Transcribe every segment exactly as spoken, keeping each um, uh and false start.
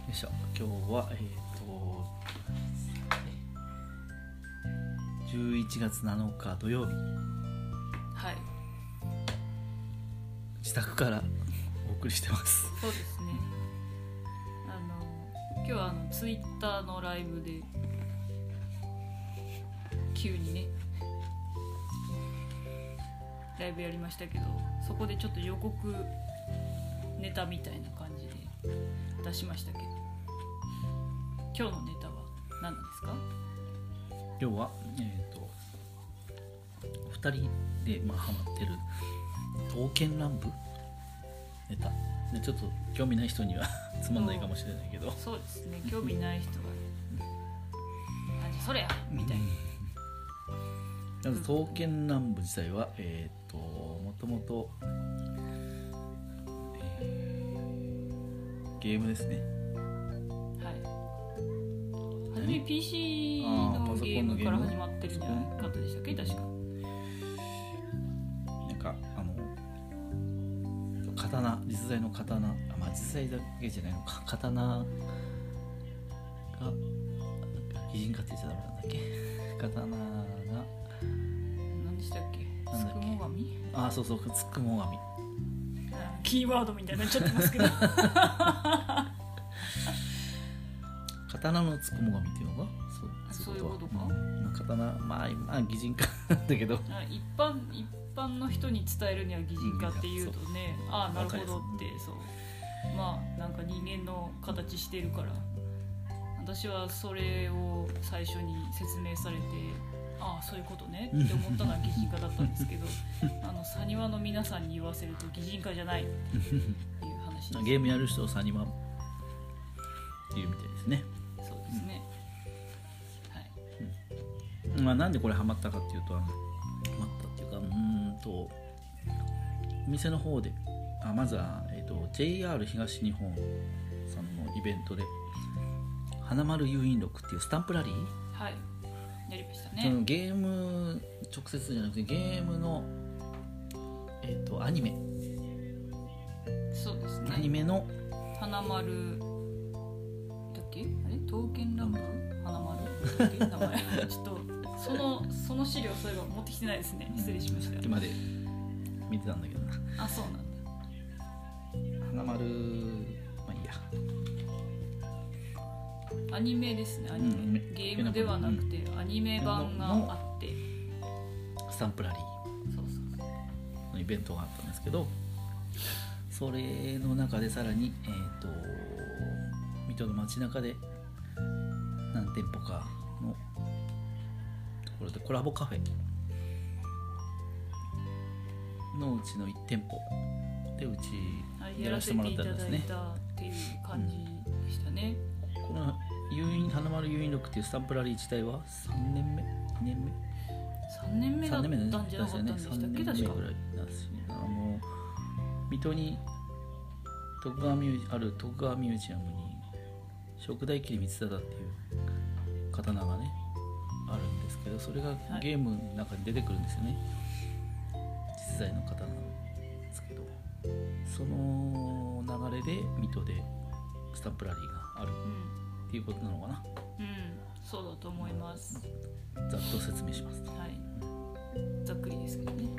いしょ。今日はえっ、ー、とじゅういちがつなのか土曜日、 はい、 自宅からお送りしてます。 そうですね。あの今日はあのツイッターのライブで急にねライブやりましたけど、そこでちょっと予告ネタみたいな感じで出しましたけど、今日のネタは何なんですか？ 今日はえっ、ー、とふたりでまあハマってる刀剣乱舞ネタで、ちょっと興味ない人にはつまんないかもしれないけど、 そうですね、興味ない人はあ、じゃそれやみたいな。 まず刀剣乱舞自体はえっ、ー、ともともとゲームですね。 はい。初め ピーシー のゲームから始まってるんじゃなかったでしたっけ、確か。 なんかあの刀、実在の刀、あ、まあ実在だけじゃないのか、刀が擬人化って言っちゃダメなんだっけ。刀が何でしたっけ。つくも神？ あ、そうそう、つくも神。 キーワードみたいになっちゃってますけど刀のつくも神っていうのがそう、そういうことか、 うん、刀、まあ、まあ擬人化なんだけど、 一般一般の人に伝えるには擬人化っていうとね、ああなるほどって、そう、まあなんか人間の形してるから、私はそれを最初に説明されて、ああそういうことねって思ったのは擬人化だったんですけどあのサニワの皆さんに言わせると擬人化じゃないっていう話です。 ゲームやる人をサニワっていうみたいですね。 そうですね、 うん、はい。まあ、なんでこれハマったかっていうと、ハマったっていうか、うーんとお店の方で、あ、まずは、えーと、ジェイアール 東日本さんのイベントで花丸誘引録っていうスタンプラリー、 はい、やりましたね。 そのゲーム直接じゃなくてゲームの、えー、とアニメ、 そうですね、 アニメの花丸だっけ、あれ刀剣乱舞花丸だっけ名前ちょっとそのその資料そういえば持ってきてないですね、失礼しました。 さっきまで見てたんだけどな。 あ、そうなんだ。 花丸、まあいいや、 アニメですね、アニメ、うん、ゲームではなくてアニメ版があって、 スタンプラリーのイベントがあったんですけど、それの中でさらに、えー、と水戸の街中で何店舗かのところでコラボカフェのうちのいち店舗でうちやらせてもらったんですね。 やらせていただいたっていう感じでしたね、 うん、この誘引花丸誘引録っていうスタンプラリー自体はさんねんめにねんめさんねんめだったんじゃなかったんでしたっけ、確か。さんねんめぐらいなんですね。あの水戸に徳川ミューある徳川ミュージアムに食代切光忠っていう刀がねあるんですけど、それがゲームの中に出てくるんですよね、はい、実在の刀なんですけど、その流れで水戸でスタンプラリーがあるっていうことなのかな。 うん、うん、そうだと思います。 ざっと説明しますと、 はい、ざっくりですけどね、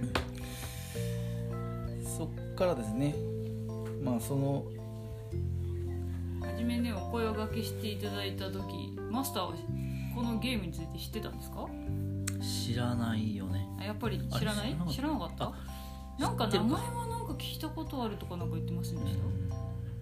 うん、そっからですね、まあその初めねお声を掛けしていただいた時、マスターはこのゲームについて知ってたんですか？ 知らないよね。 あ、やっぱり知らない？知らなかった？なんか名前はなんか聞いたことあるとかなんか言ってませんでした？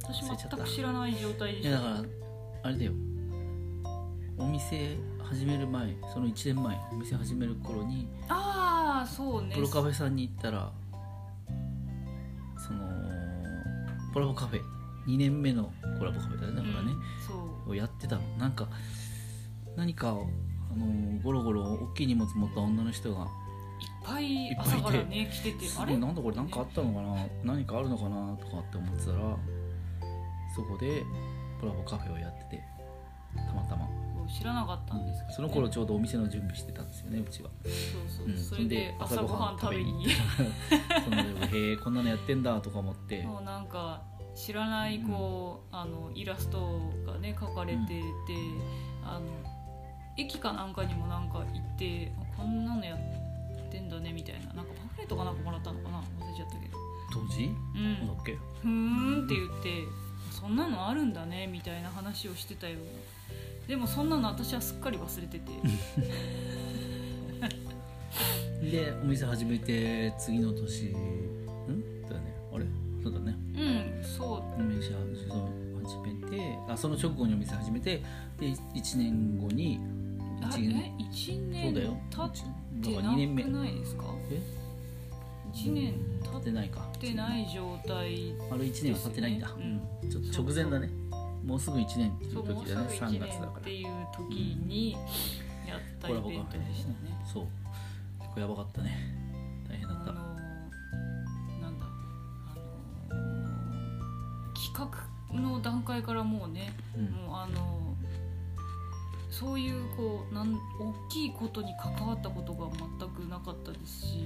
私全く知らない状態でした。 いやだからあれだよ、お店始める前、そのいちねんまえお店始める頃に、 ああそうね、 プロカフェさんに行ったら、そのコラボカフェにねんめのコラボカフェだね、だからね、うん、そうやってたの。なんか何かあのゴロゴロ大きい荷物持った女の人がいっぱい朝からね来てて、 あれなんだこれ、なんかあったのかな、何かあるのかなとかって思ってたら、そこでコラボカフェをやってて、たまたま知らなかったんですけど、ね、 その頃ちょうどお店の準備してたんですよね、うちは。 そうそう、うん、それで朝ごはん食べに行ってそのへえこんなのやってんだとか思って、 もうなんか知らないこう、うん、あのイラストががね書かれてて、うん、あの駅かなんかにもなんか行ってこんなのやってんだねみたいな、なんかパンフレットかなんかもらったのかな、忘れちゃったけど、 当時、うん、だっけ、 ふーんって言ってそんなのあるんだねみたいな話をしてたような。でもそんなの私はすっかり忘れててでお店始めて次の年んだよね、あれそうだね、 うんそうお店始めて、あその直後にお店始めて、でいちねんごにいちねん、いちねん経ってなくないですか？ えいちねん経ってないか、 経ってない状態、 あれいちねんは経ってないんだ、うん、ちょっと直前だね、もうすぐいちねんっていう時だね、さんがつだからっていう時にやったイベントでしたね、 うん、そう結構やばかったね、大変だった。 あのー、なんだあのー、企画の段階からもうね、うん、もうあのー、そういうこうなん大きいことに関わったことが全くなかったですし、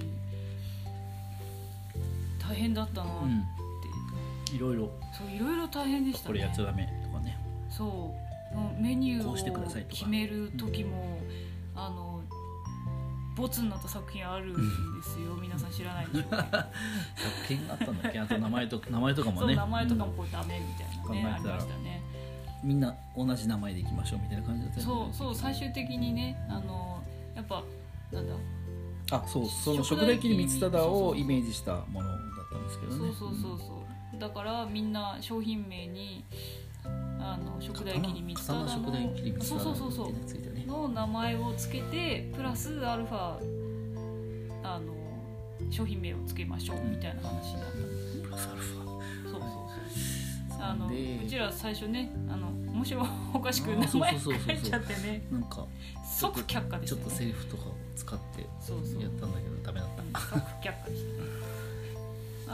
大変だったなって、 うん、いろいろそういろいろ大変でしたね。 これやっちゃダメとかね、 そうメニューを決める時も、うん、あのボツになった作品あるんですよ、うん、皆さん知らないでしょうけど作品があったんだっけ、あと名前と名前とかもね、 そう名前とかもこうダメみたいなね、うん、ありましたね。 みんな同じ名前でいきましょうみたいな感じだったよね。 そうそう最終的にね、あのやっぱなんだあそうその食代切り光忠をイメージしたものだったんですけどね。 そうそうそうそう、うん、だからみんな商品名にあの食代切り光忠の食代切り光忠そうそうそうそうの名前をつけてプラスアルファあの商品名をつけましょうみたいな話になったんです。 プラスアルファそうそうそう、あのうちら最初ねあの面白おかしく名前書いちゃってね、 なんか即却下でしたね。 ちょっとセリフとかを使ってやったんだけどダメだった。 即却下でした。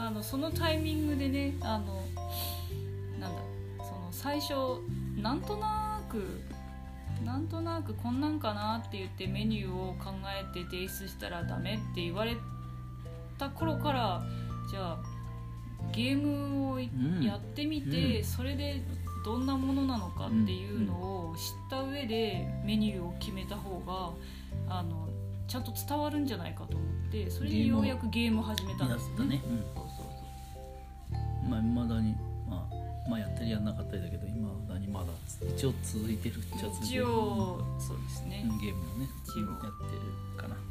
あのそのタイミングでね、あのなんだその最初なんとなくなんとなくこんなんかなって言ってメニューを考えて提出したらダメって言われた頃から、じゃあゲームをやってみて、うん、それでどんなものなのかっていうのを知った上でメニューを決めた方があのちゃんと伝わるんじゃないかと思って、それでようやくゲームを始めたんですよね。ね、うん、そうそうそう。 まあ未だに、まあ、まあやったりやんなかったりだけど、今だにまだ一応続いてるっちゃ続いてる。 一応そうですね。 ゲームをね一応やってるかな。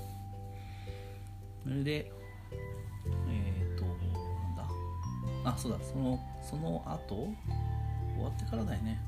それでえっ、ー、となんだあそうだそのその後終わってからだよね。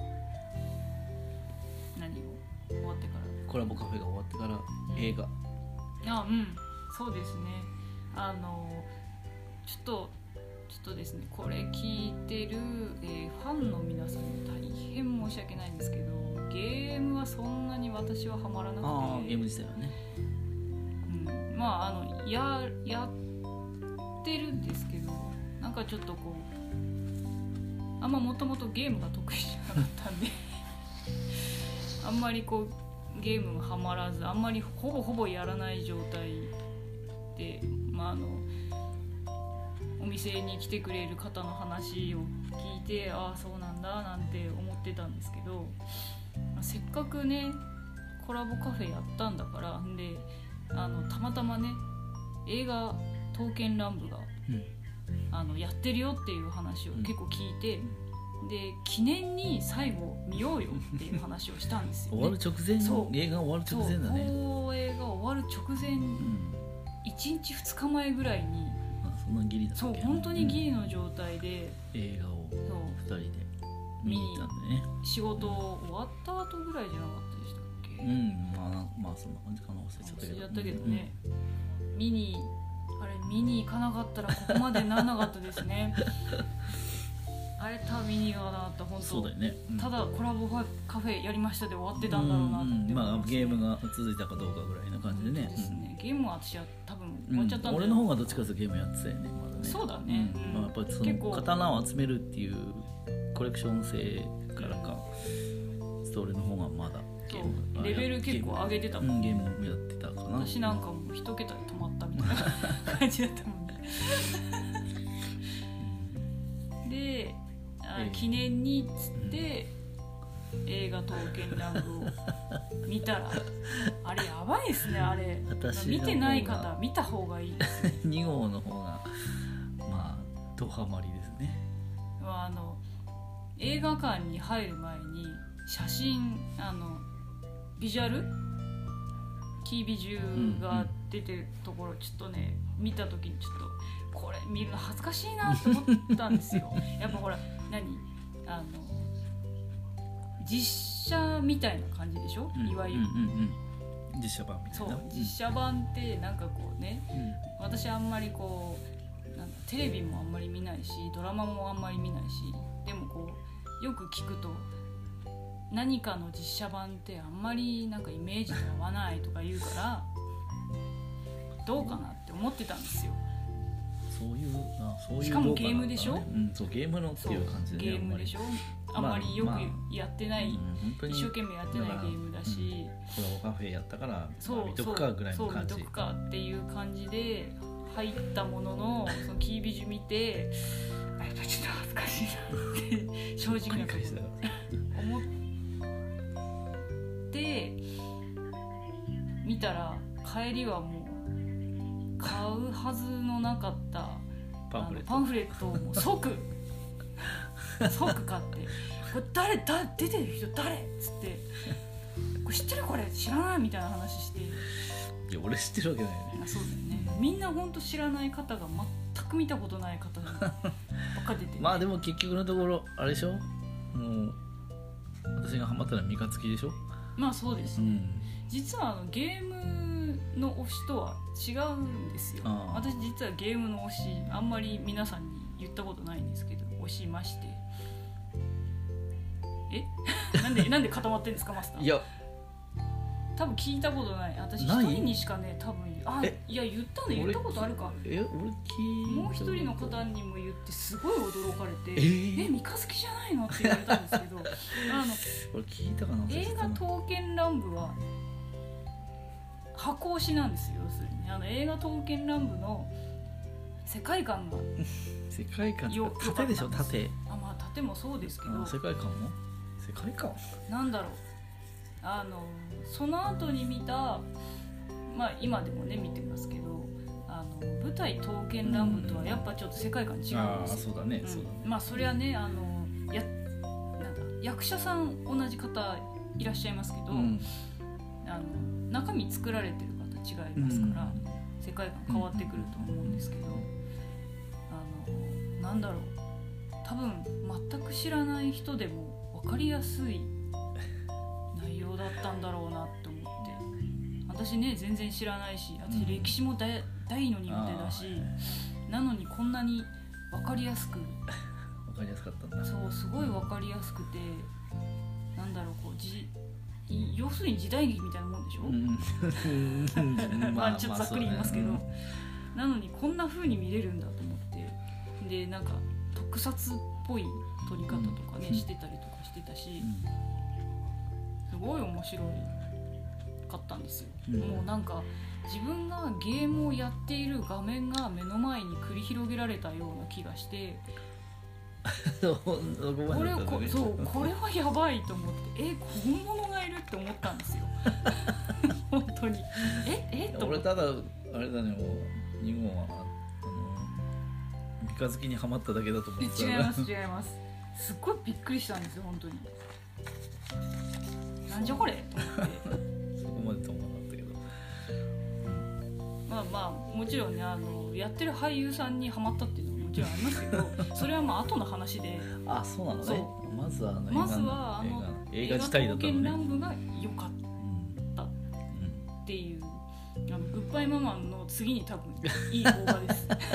何を終わってから？ コラボカフェが終わってから映画。 あうんそうですね。あのちょっとちょっとですねこれ聞いてる、えー、ファンの皆さんに大変申し訳ないんですけど、ゲームはそんなに私はハマらなくて。 あゲーム自体はね。 うんまああのややってるんですけど、なんかちょっとこうあんまもともとゲームが得意じゃなかったんであんまりこうゲームがハマらず、あんまりほぼほぼやらない状態で、まああのお店に来てくれる方の話を聞いて、ああそうなんだなんて思ってたんですけど、せっかくねコラボカフェやったんだから、であのたまたまね映画刀剣乱舞が、うん、あのやってるよっていう話を結構聞いて、うん、で記念に最後見ようよっていう話をしたんですよ、ね、 終わる直前の映画終わる直前だね。 そう映画終わる直前、うん、いちにちふつかまえぐらいに、 あそんなギリだったっけ。 そう本当にギリの状態で、 うん、映画をふたりで見に行ったんでね。 仕事終わった後ぐらいじゃなかったでしたっけ。 うんまあまあそんな感じかな、忘れちゃったけど。 忘れちゃったけどね、うん、見にあれ見に行かなかったらここまでならなかったですねあれた見に行かなかった本当そうだよね、うん、 ただコラボカフェやりましたで終わってたんだろうなって思います、ね、 まあゲームが続いたかどうかぐらいな感じでね。 ですね、うん、ゲームは私は多分終わっちゃったんだよ、うん、 俺の方がどっちかというとゲームやってたよねまだね。 そうだね、 うんまあ、やっぱりその刀を集めるっていうコレクション性からか、うん、俺の方がまだゲームレベル結構上げてたもん、 うん、ゲームやってたかな。 私なんかもう一桁で止まったみたいな感じだったもんねであ記念にっつって、 画刀剣乱舞を見たらあれやばいですね。あれ見てない方見た方がいいです、ね、 に号の方がまあドハマりですね。 あの映画館に入る前に写真あのビジュアルキービジュが出てるところちょっとね見た時にちょっとこれ見るの恥ずかしいなと思ったんですよやっぱほら何あの実写みたいな感じでしょ、うん、いわゆる、うんうんうん、実写版みたいな。 そう実写版ってなんかこうね、うん、私あんまりこうなんかテレビもあんまり見ないしドラマもあんまり見ないしでもこうよく聞くと何かの実写版ってあんまりなんかイメージに合わないとか言うからどうかなって思ってたんですよ。 そういうあそういうしかもゲームでしょ、 ねうん、そうゲームのっていう感じで、ね、 ゲームでしょあんまりよくやってない、まあ、一生懸命やってないゲームだし、 コラボカフェやったからそう見とくかぐらいの感じ、 そう見とくかっていう感じで入ったもののそのキービジュ見てあやっぱちょっと恥ずかしいなって正直なところ思って見たら帰りはもう買うはずのなかったパンフレット、 パンフレットをもう即即買ってこれ誰だ出てる人誰っつってこれ知ってるこれ知らないみたいな話していや俺知ってるわけないよね。 そうだよね。みんなほんと知らない方が全く見たことない方ばっか出て、ね、 まあでも結局のところあれでしょもう私がハマったのは三日月でしょ。 まあそうです、ねうん、実はあのゲームの推しとは違うんですよ。私実はゲームの推しあんまり皆さんに言ったことないんですけど推しましてえなんでなんで固まってるんですかマスター。 いや多分聞いたことない。私一人にしかね多分あいや言ったの言ったことあるか。 え俺聞いもう一人の方にも言ってすごい驚かれてえー、え三日月じゃないのって言われたんですけどあの俺聞いたかな。 映画刀剣乱舞は箱推しなんですよ。要するにあの映画刀剣乱舞の世界観が世界観盾でしょ盾。 あまあ盾もそうですけど世界観も世界観なんだろうあのその後に見たまあ今でもね見てますけどあの舞台刀剣乱舞とはやっぱちょっと世界観違うんですよ。 あそうだね、うん、そうだね。 まあそれはねあのやなんだ役者さん同じ方いらっしゃいますけど、うん、あの中身作られてる方違いますから、うん、世界観変わってくると思うんですけど、あのなんだろう多分全く知らない人でも分かりやすい内容だったんだろうなって思って。私ね全然知らないし私歴史も 大,、うん、大の苦手だしなのにこんなに分かりやすく分かりやすかったんだ。 そうすごい分かりやすくてなんだろうこうじ要するに時代劇みたいなもんでしょ、うんまあ、ちょっとざっくり言いますけど、まあまあねうん、なのにこんな風に見れるんだと思ってでなんか特撮っぽい撮り方とかね、うん、してたりとかしてたし、うん、すごい面白かったんですよ、うん、もうなんか自分がゲームをやっている画面が目の前に繰り広げられたような気がしてこれこそうこれはやばいと思ってえ本物がいるって思ったんですよ本当にええと思って。 俺ただあれだねもうに号はあの三日月にはまっただけだと思ってた。 違います違いますすっごいびっくりしたんですよ本当になんじゃこれと思ってそこまでと思わなかったけどまあまあもちろんねあのやってる俳優さんにはまったっていうのももちろんありますけどそれはまあ後の話であそうなのね。まずはあのまずはあの映画自体だったのね。 映画刀剣乱舞が良かったっていう、うん、あのグッバイママンの次に多分いい動画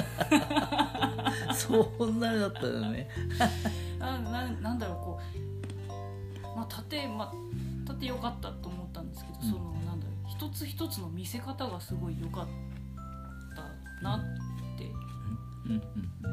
ですそんなだったよねあ な, なんだろうこうまあ盾まあ盾良かったと思ったんですけど、うん、そのなんだろう一つ一つの見せ方がすごい良かったなって、うんうんうん、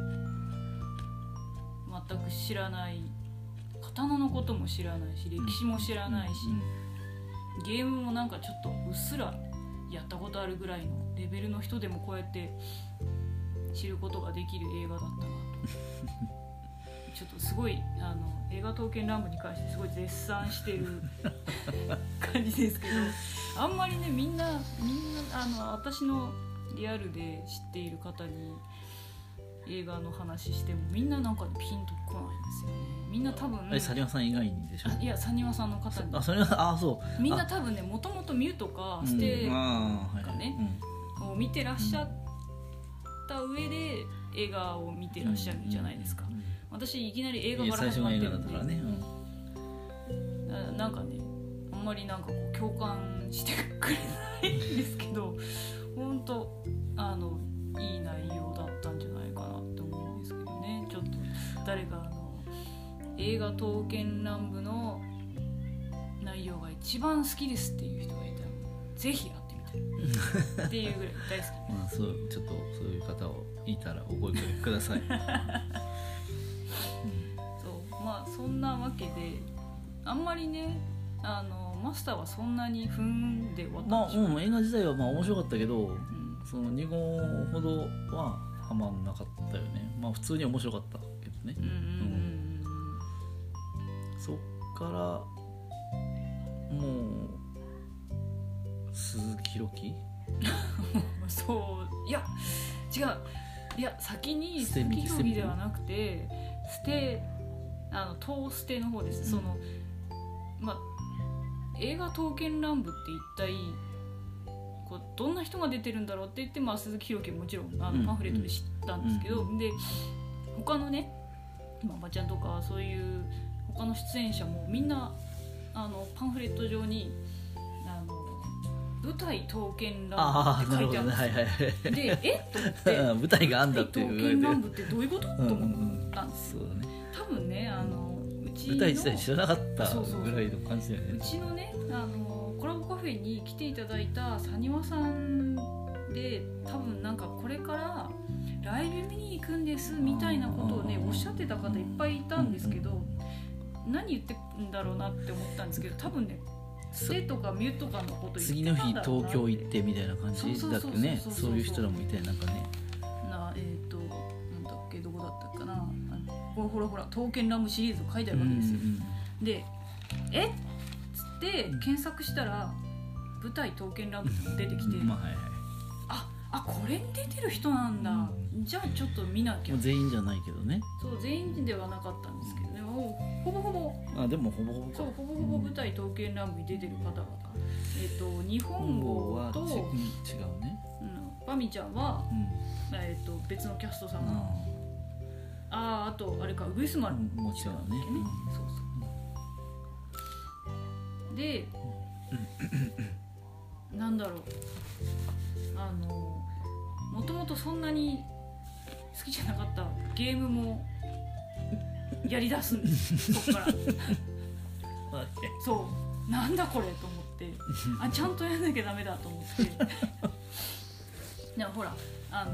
全く知らない刀のことも知らないし歴史も知らないし、うんうん、ゲームもなんかちょっとうっすらやったことあるぐらいのレベルの人でもこうやって知ることができる映画だったなとちょっとすごいあの映画刀剣乱舞に関してすごい絶賛してる感じですけど、あんまりねみんなみんなあの私のリアルで知っている方に映画の話してもみんななんかピンとこないんですよね。みんな多分えサニワさん以外にでしょ。 あいやサニワさんの方にあサニワさんあそうみんな多分ねもともとミュとかステがね、うん、を見てらっしゃった上で映画を見てらっしゃるじゃないですか、うんうんうん、私いきなり映画から始まってるんで、ねうん、な, なんかねあんまりなんかこう共感してくれないんですけど本当あのいい内容だったんじゃないかなって思うんですけどね。ちょっと誰かあの映画刀剣乱舞の内容が一番好きですっていう人がいたらぜひやってみたいっていうぐらい大好きまあそうちょっとそういう方をいたらお声掛けください、うん、 そうまあそんなわけであんまりねあのマスターはそんなに踏んで終わったんでしょう、 まあうん、映画自体はまあ面白かったけど、うん、そのにごうほどはハマんなかったよね。まあ普通に面白かったけどね、うんうんうんうん、そっからもう鈴木ひろきそういや違ういや先に鈴木ひろきではなくてステあのトーステの方です、うん、そのまあ映画刀剣乱舞って一体こうどんな人が出てるんだろうって言って、まあ、鈴木ひろきももちろんあのパンフレットで知ったんですけど、うんうん、で他のねママちゃんとかそういう他の出演者もみんなあのパンフレット上にあの舞台刀剣乱舞って書いてあるんですよ、ねはいはい、でえっと思って舞台があんだっていう刀剣乱舞ってどういうこと、うん、と思ったんですよ、 うんうん、そうだね、 多分ねあのうちの舞台自体知らなかったぐらいの感じだよね。 うちのねあのコラボカフェに来ていただいたサニワさんで多分なんかこれからライブ見に行くんですみたいなことをねおっしゃってた方いっぱいいたんですけど、何言ってんだろうなって思ったんですけど、多分ねステとかミュとかのこと言ってたんだろうなって。 次の日東京行ってみたいな感じだっけね。そういう人らもいたよなんかね。 なえっ、ー、となんだっけどこだったかな、あのほらほら刀剣乱舞シリーズ書いてあるわけですよ、うんうんうん、でえっつって検索したら舞台刀剣乱舞って出てきて、うんまあはいはい、ああこれに出てる人なんだ、うん、じゃあちょっと見なきゃ。 全員じゃないけどね。 そう全員ではなかったんですけどね、もうほぼほぼあでもほぼほぼそうほぼほぼ舞台刀剣乱舞に出てる方々、うん、えっ、ー、と日本語と、うん、違うね、 うん、バミちゃんは、うんえー、と別のキャストさんが、うん、あああとあれかウグイス丸も違うね、 ね、うん、そうそうで、うん、なんだろうあのもともとそんなに好きじゃなかったゲームもやりだすんですそっからそうなんだこれと思ってあちゃんとやんなきゃダメだと思ってでもほらあの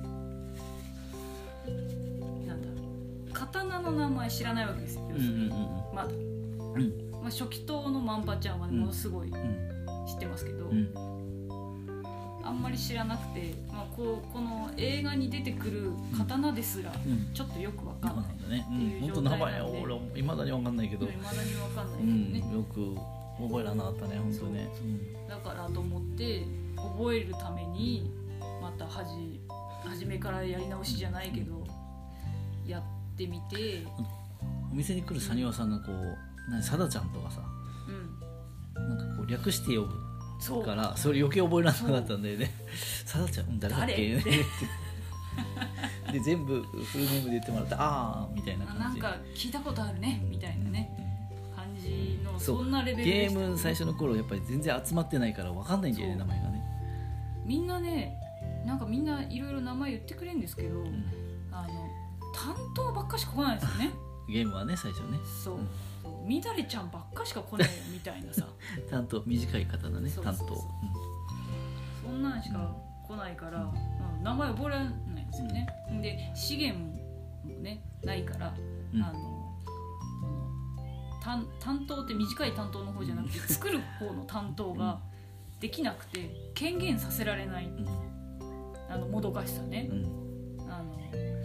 なんだ刀の名前知らないわけですよ、うんうんうん、まだ、うんまあ、初期刀のマンパちゃんは、ね、ものすごい知ってますけど、うん、あんまり知らなくて、まあ、こうこの映画に出てくる刀ですらちょっとよくわかんないっていう状態なんで、うん、本当名前俺いまだにわかんないけどいまだにわかんないけどね、 うん、よく覚えらなかったね本当ね、 うん、だからと思って覚えるためにまたはじ初めからやり直しじゃないけど、うん、やってみてお店に来るサニワさんがこう何サダちゃんとかさ、うん、なんかこう略して呼ぶそうからそれ余計覚えられなかったんだよねサダちゃん誰だっけで全部フルネームで言ってもらってあーみたいな感じなんか聞いたことあるねみたいなね、うん、感じのそんなレベルでした、ね、ゲーム最初の頃やっぱり全然集まってないから分かんないんだよね名前がね。 みんなねなんかみんないろいろ名前言ってくれるんですけど、うん、あの担当ばっかしか来ないですよねゲームはね最初ねそう、うんみだれちゃんばっかしか来ないよみたいなさ担当短い方だね担当、うん、 そんなんしか来ないから、うん、名前覚えられないんですよね、うん、で資源もねないから、うん、あの担担当って短い担当の方じゃなくて作る方の担当ができなくて権限させられない、うん、あのもどかしさね、うん、あの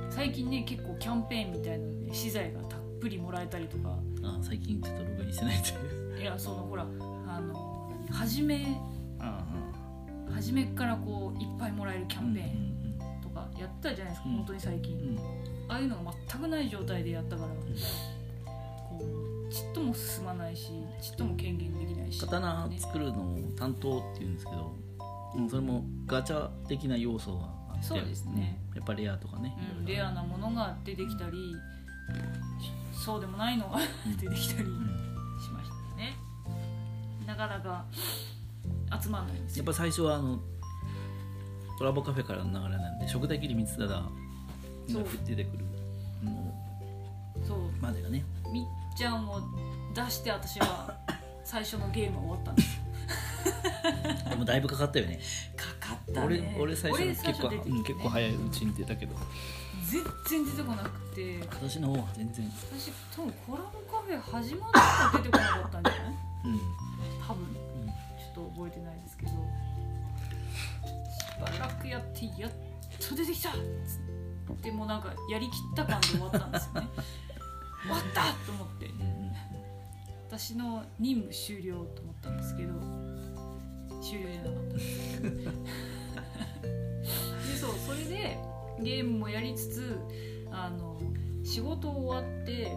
最近ね結構キャンペーンみたいなので資材がたっぷりもらえたりとか。 あ最近ちょっとログインしてないといういやそのほらあの何初めあ初めからこういっぱいもらえるキャンペーうんンとかやったじゃないですか、 うん、 本当に最近、 うんああいうのが全くない状態でやったから、こうちっとも進まないしちっとも軽減できないし、 刀作るのを担当っていうんですけど、うん、それもガチャ的な要素があってそうですね、 うん、やっぱレアとかね、 うん、レアなものが出てきたりそうでもないのが出てきたりしましたね。なかなか集まらないんですよ。 やっぱ最初はあのコラボカフェからの流れなんで食材切り三つだが出てくるのそうまでがね、 みっちゃんを出して私は最初のゲーム終わったんですよ。 でもだいぶかかったよね。 かかったね。 俺俺最初結構、 出てきてね、 うん、結構早いうちに出たけど全然出てこなくて、 私の方は全然私多分コラボカフェ始まったから出てこなかったんじゃない？ うん多分、うん、ちょっと覚えてないですけど、しばらくやってやっと出てきたでもなんかやりきった感で終わったんですよね。終わったと思って、うん、私の任務終了と思ったんですけど終了じゃなかったでそうそれでゲームもやりつつあの仕事終わって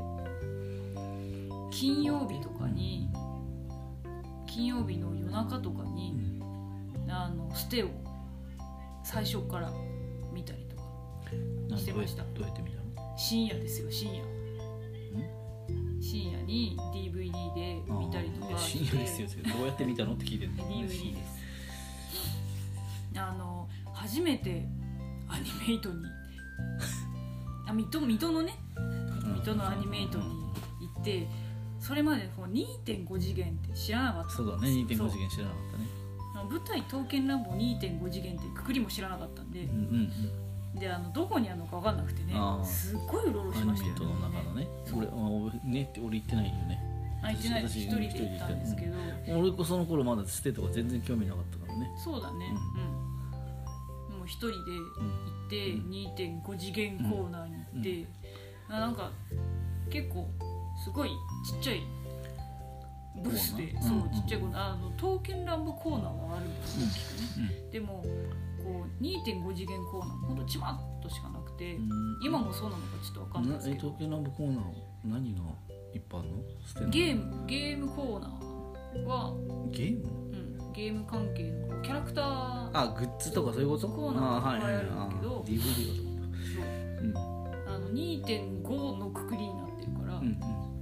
金曜日とかに金曜日の夜中とかに、うん、あのステを最初から見たりとかしてました。 どうやって見たの？ 深夜ですよ、深夜深夜に ディーブイディー で見たりとかして。 深夜ですよ、どうやって見たのって聞いてる。 ディーブイディー です。あの初めてアニメイトにあ水戸、水戸のね水戸のアニメイトに行って、それまで にてんご 次元って知らなかった。 そうだね、にてんご 次元知らなかったね。 舞台刀剣乱舞 にてんご 次元ってくくりも知らなかったんで、うんうんうん、であのどこにあるのか分かんなくてね、すっごいうろうろしましたよね。 アニメイトの中のね、俺ねって俺行ってないよね。 あ、行ってないです。一人で行ったんですけど、 うん、俺こその頃まだステとか全然興味なかったからね。 そうだね、うんうん、もう一人で行って、うん、にてんご 次元コーナーに行って、うんうん、なんか結構すごいちっちゃいブースで、そう、ちっちゃいコーナー、あの刀剣乱舞コーナーがあるんですよ、大きくね、うん、でもこう にてんご 次元コーナーほんとちまっとしかなくて、うん、今もそうなのかちょっと分かんないですけど、 刀剣乱舞コーナー何がいっぱいあるの？ステゲームゲームコーナーはゲーム？ うん、ゲーム関係のキャラクター、 あ、グッズとかそういうことコーナーがいっぱいあるんだけど、 ディーブイディー がそう、うん、 あの にてんご のくくりになってるから、うんうん、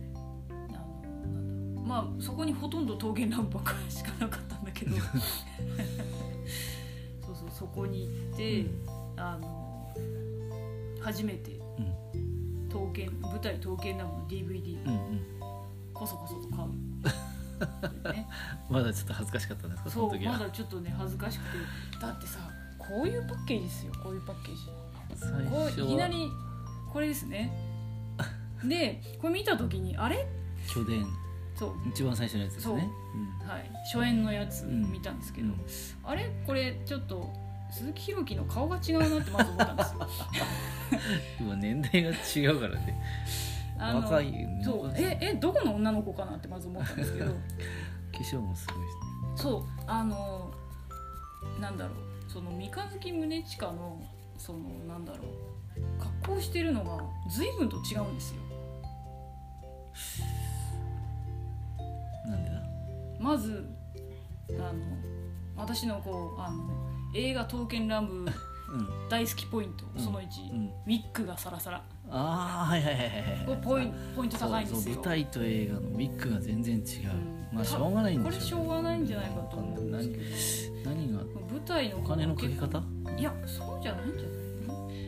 まあそこにほとんど刀剣乱舞ばっかりしかなかったんだけどそうそう、そこに行って、うん、あの初めて、うん、刀剣舞台刀剣乱舞の ディーブイディー、うんうん、こそこそと買う、ね、 まだちょっと恥ずかしかったんですか？ そう、まだちょっとね恥ずかしくて、だってさこういうパッケージですよ、こういうパッケージ、こういきなりこれですねでこれ見た時にあれ巨伝、そう一番最初のやつですね、 うん、はい、初演のやつ見たんですけど、うんうん、あれこれちょっと鈴木宏樹の顔が違うなってまず思ったんですよ今年代が違うからね、若い、ね、 そうええどこの女の子かなってまず思ったんですけど化粧もすごいしね、 そうあのなんだろう、その三日月宗近のそのなんだろう格好してるのが随分と違うんですよ。 なんでだ？ まずあの私のこうあの映画刀剣乱舞大好きポイント、うん、そのいち、うん、ウィッグがサラサラ。 ああはいはいはいはい。 ポインポイント高いんですよ。 そうそう、舞台と映画のウィッグが全然違う。うん、まあしょうがないんでしょう、ね。これしょうがないんじゃないかと思うんですけど。 何が？ 舞台のお金のかけ方？ いやそうじゃないんじゃない？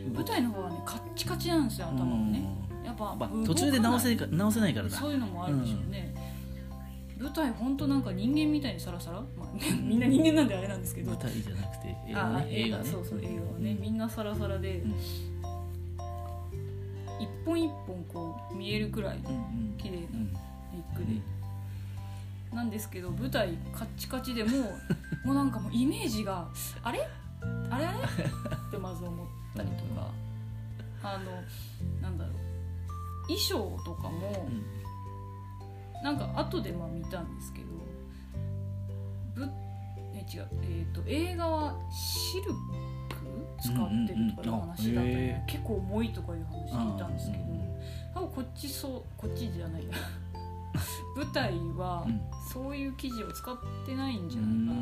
舞台の方はねカッチカチなんですよ、頭もね。やっぱ、まあ、 途中で直せ直せないからだ。 そういうのもあるでしょうね。うん、舞台本当なんか人間みたいにサラサラ、まあね、みんな人間なんであれなんですけど。 舞台じゃなくて映画ね。 映画ね。そうそう映画はね、うん、みんなサラサラで、うん、一本一本こう見えるくらい綺麗なリックで。うん、なんですけど舞台カッチカチでももうなんかもうイメージがあれあれあれってまず思ったりとか、 あのなんだろう衣装とかも、うん、なんか後でまあ見たんですけどぶえ違う、えー、と映画はシルク使ってるとかいう話だったり、うんうんうん、結構重いとかいう話聞いたんですけど、多分こっちそうこっちじゃないな舞台はそういう生地を使ってないんじゃないかなと、うん、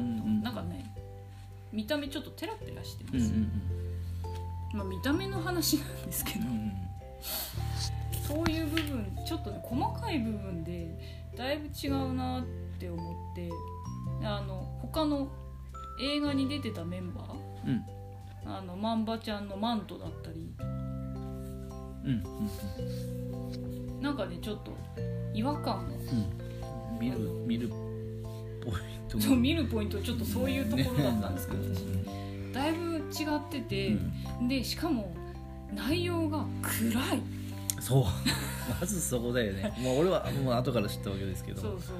なんかね見た目ちょっとテラテラしてます、うんうんうん、まあ、見た目の話なんですけど、うん、そういう部分ちょっとね細かい部分でだいぶ違うなって思って、あの他の映画に出てたメンバー、うん、あのマンバちゃんのマントだったり、うんうんうん、なんかねちょっと違和感も、 うん、見る見るポイントそう見るポイントちょっとそういうところだったんですけど、ね、私だいぶ違ってて、うん、でしかも内容が暗い。 そうまずそこだよねもう俺はもう後から知ったわけですけど、 そうそう、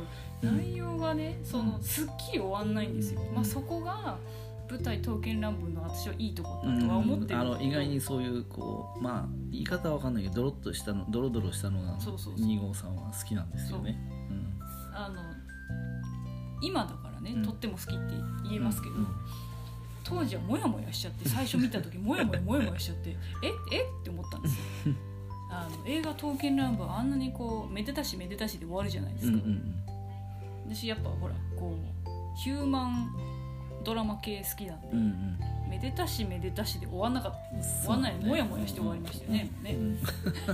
うん、内容がねそのすっきり終わんないんですよ、うん、まあ、そこが舞台刀剣乱舞の私はいいとこだとは思ってる、うん、 あの意外にそういうこうまあ言い方は分かんないけどドロッとしたのドロドロしたのがに号さんは好きなんですよね。うん、 あの今だからね、うん、とっても好きって言えますけど、うん、当時はモヤモヤしちゃって最初見た時モヤモヤモヤモヤしちゃってええって思ったんですよあの映画刀剣乱舞はあんなにこうめでたしめでたしで終わるじゃないですか、うんうん、私やっぱほらこうヒューマンドラマ系好きなんで、うんうん、めでたしめでたしで終わんなかった終わんないモヤモヤして終わりましたよね、うんうん、ね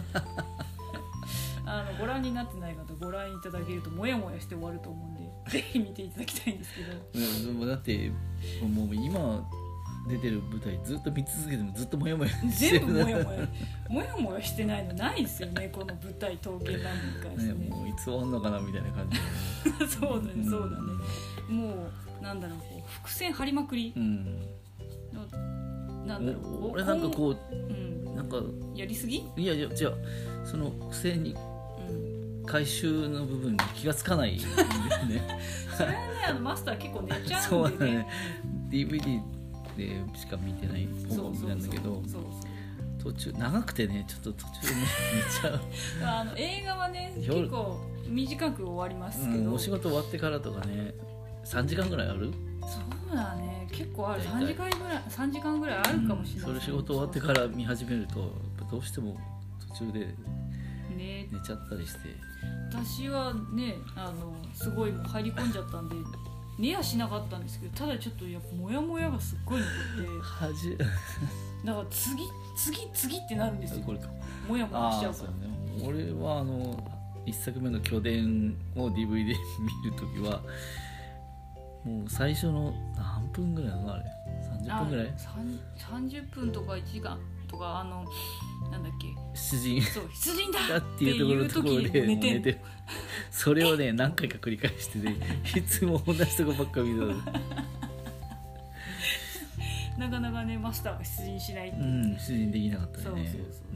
あのご覧になってない方ご覧いただけるとモヤモヤして終わると思うんでぜひ見ていただきたいんですけど、 でもだってもう今出てる舞台ずっと見続けてもずっとモヤモヤしてる、 全部モヤモヤモヤモヤしてないのないですよねこの舞台刀剣乱舞に関してね、 ねもういつ終わんのかなみたいな感じそうだねそうだね、うん、もうなんだろうこう伏線張りまくり、うん、なんだろう俺なんかこう、うん、なんかやりすぎいやいやじゃあその伏線に回収の部分に気がつかないんだよねそれはねあのマスター結構寝ちゃうんでね、そうだねディーブイディー でしか見てない本なんだけど途中長くてねちょっと途中で、ね、寝ちゃうあの映画はね結構短く終わりますけど、 うん、お仕事終わってからとかねさんじかんぐらいある。 そうだね結構あるさんじかんぐらいさんじかんぐらいあるかもしれない、 うん、それ仕事終わってから見始めるとどうしても途中で寝ちゃったりして、 私はねあのすごい入り込んじゃったんで寝やしなかったんですけど、ただちょっとやっぱモヤモヤがすっごい残ってはじだから次次次ってなるんですよ。これかモヤモヤしちゃうから。 あ、ね、俺はあのいっさくめの巨伝を ディーブイディー 見るときはもう最初の何分ぐらいなのあれさんじゅっぷんぐらいさんじゅっぷんとかいちじかんとかあのなんだっけ出陣そう出陣だっていうところで寝て寝てそれをね何回か繰り返してねいつも同じとこばっか見てたなかなかねマスターが出陣しないって、 うん、出陣できなかったね。そうそうそう、うん、そうです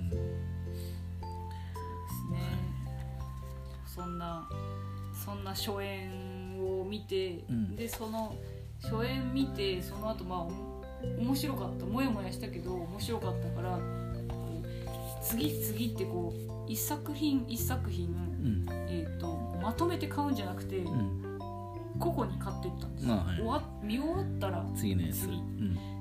ね。そんなそんな初演を見て、うん、でその初演見てその後まあ面白かったもやもやしたけど面白かったから次々ってこう一作品一作品、うん、えーと、まとめて買うんじゃなくて、うん、個々に買っていったんですよ、まあはい、終わ見終わったら次のやつ、 次、うん、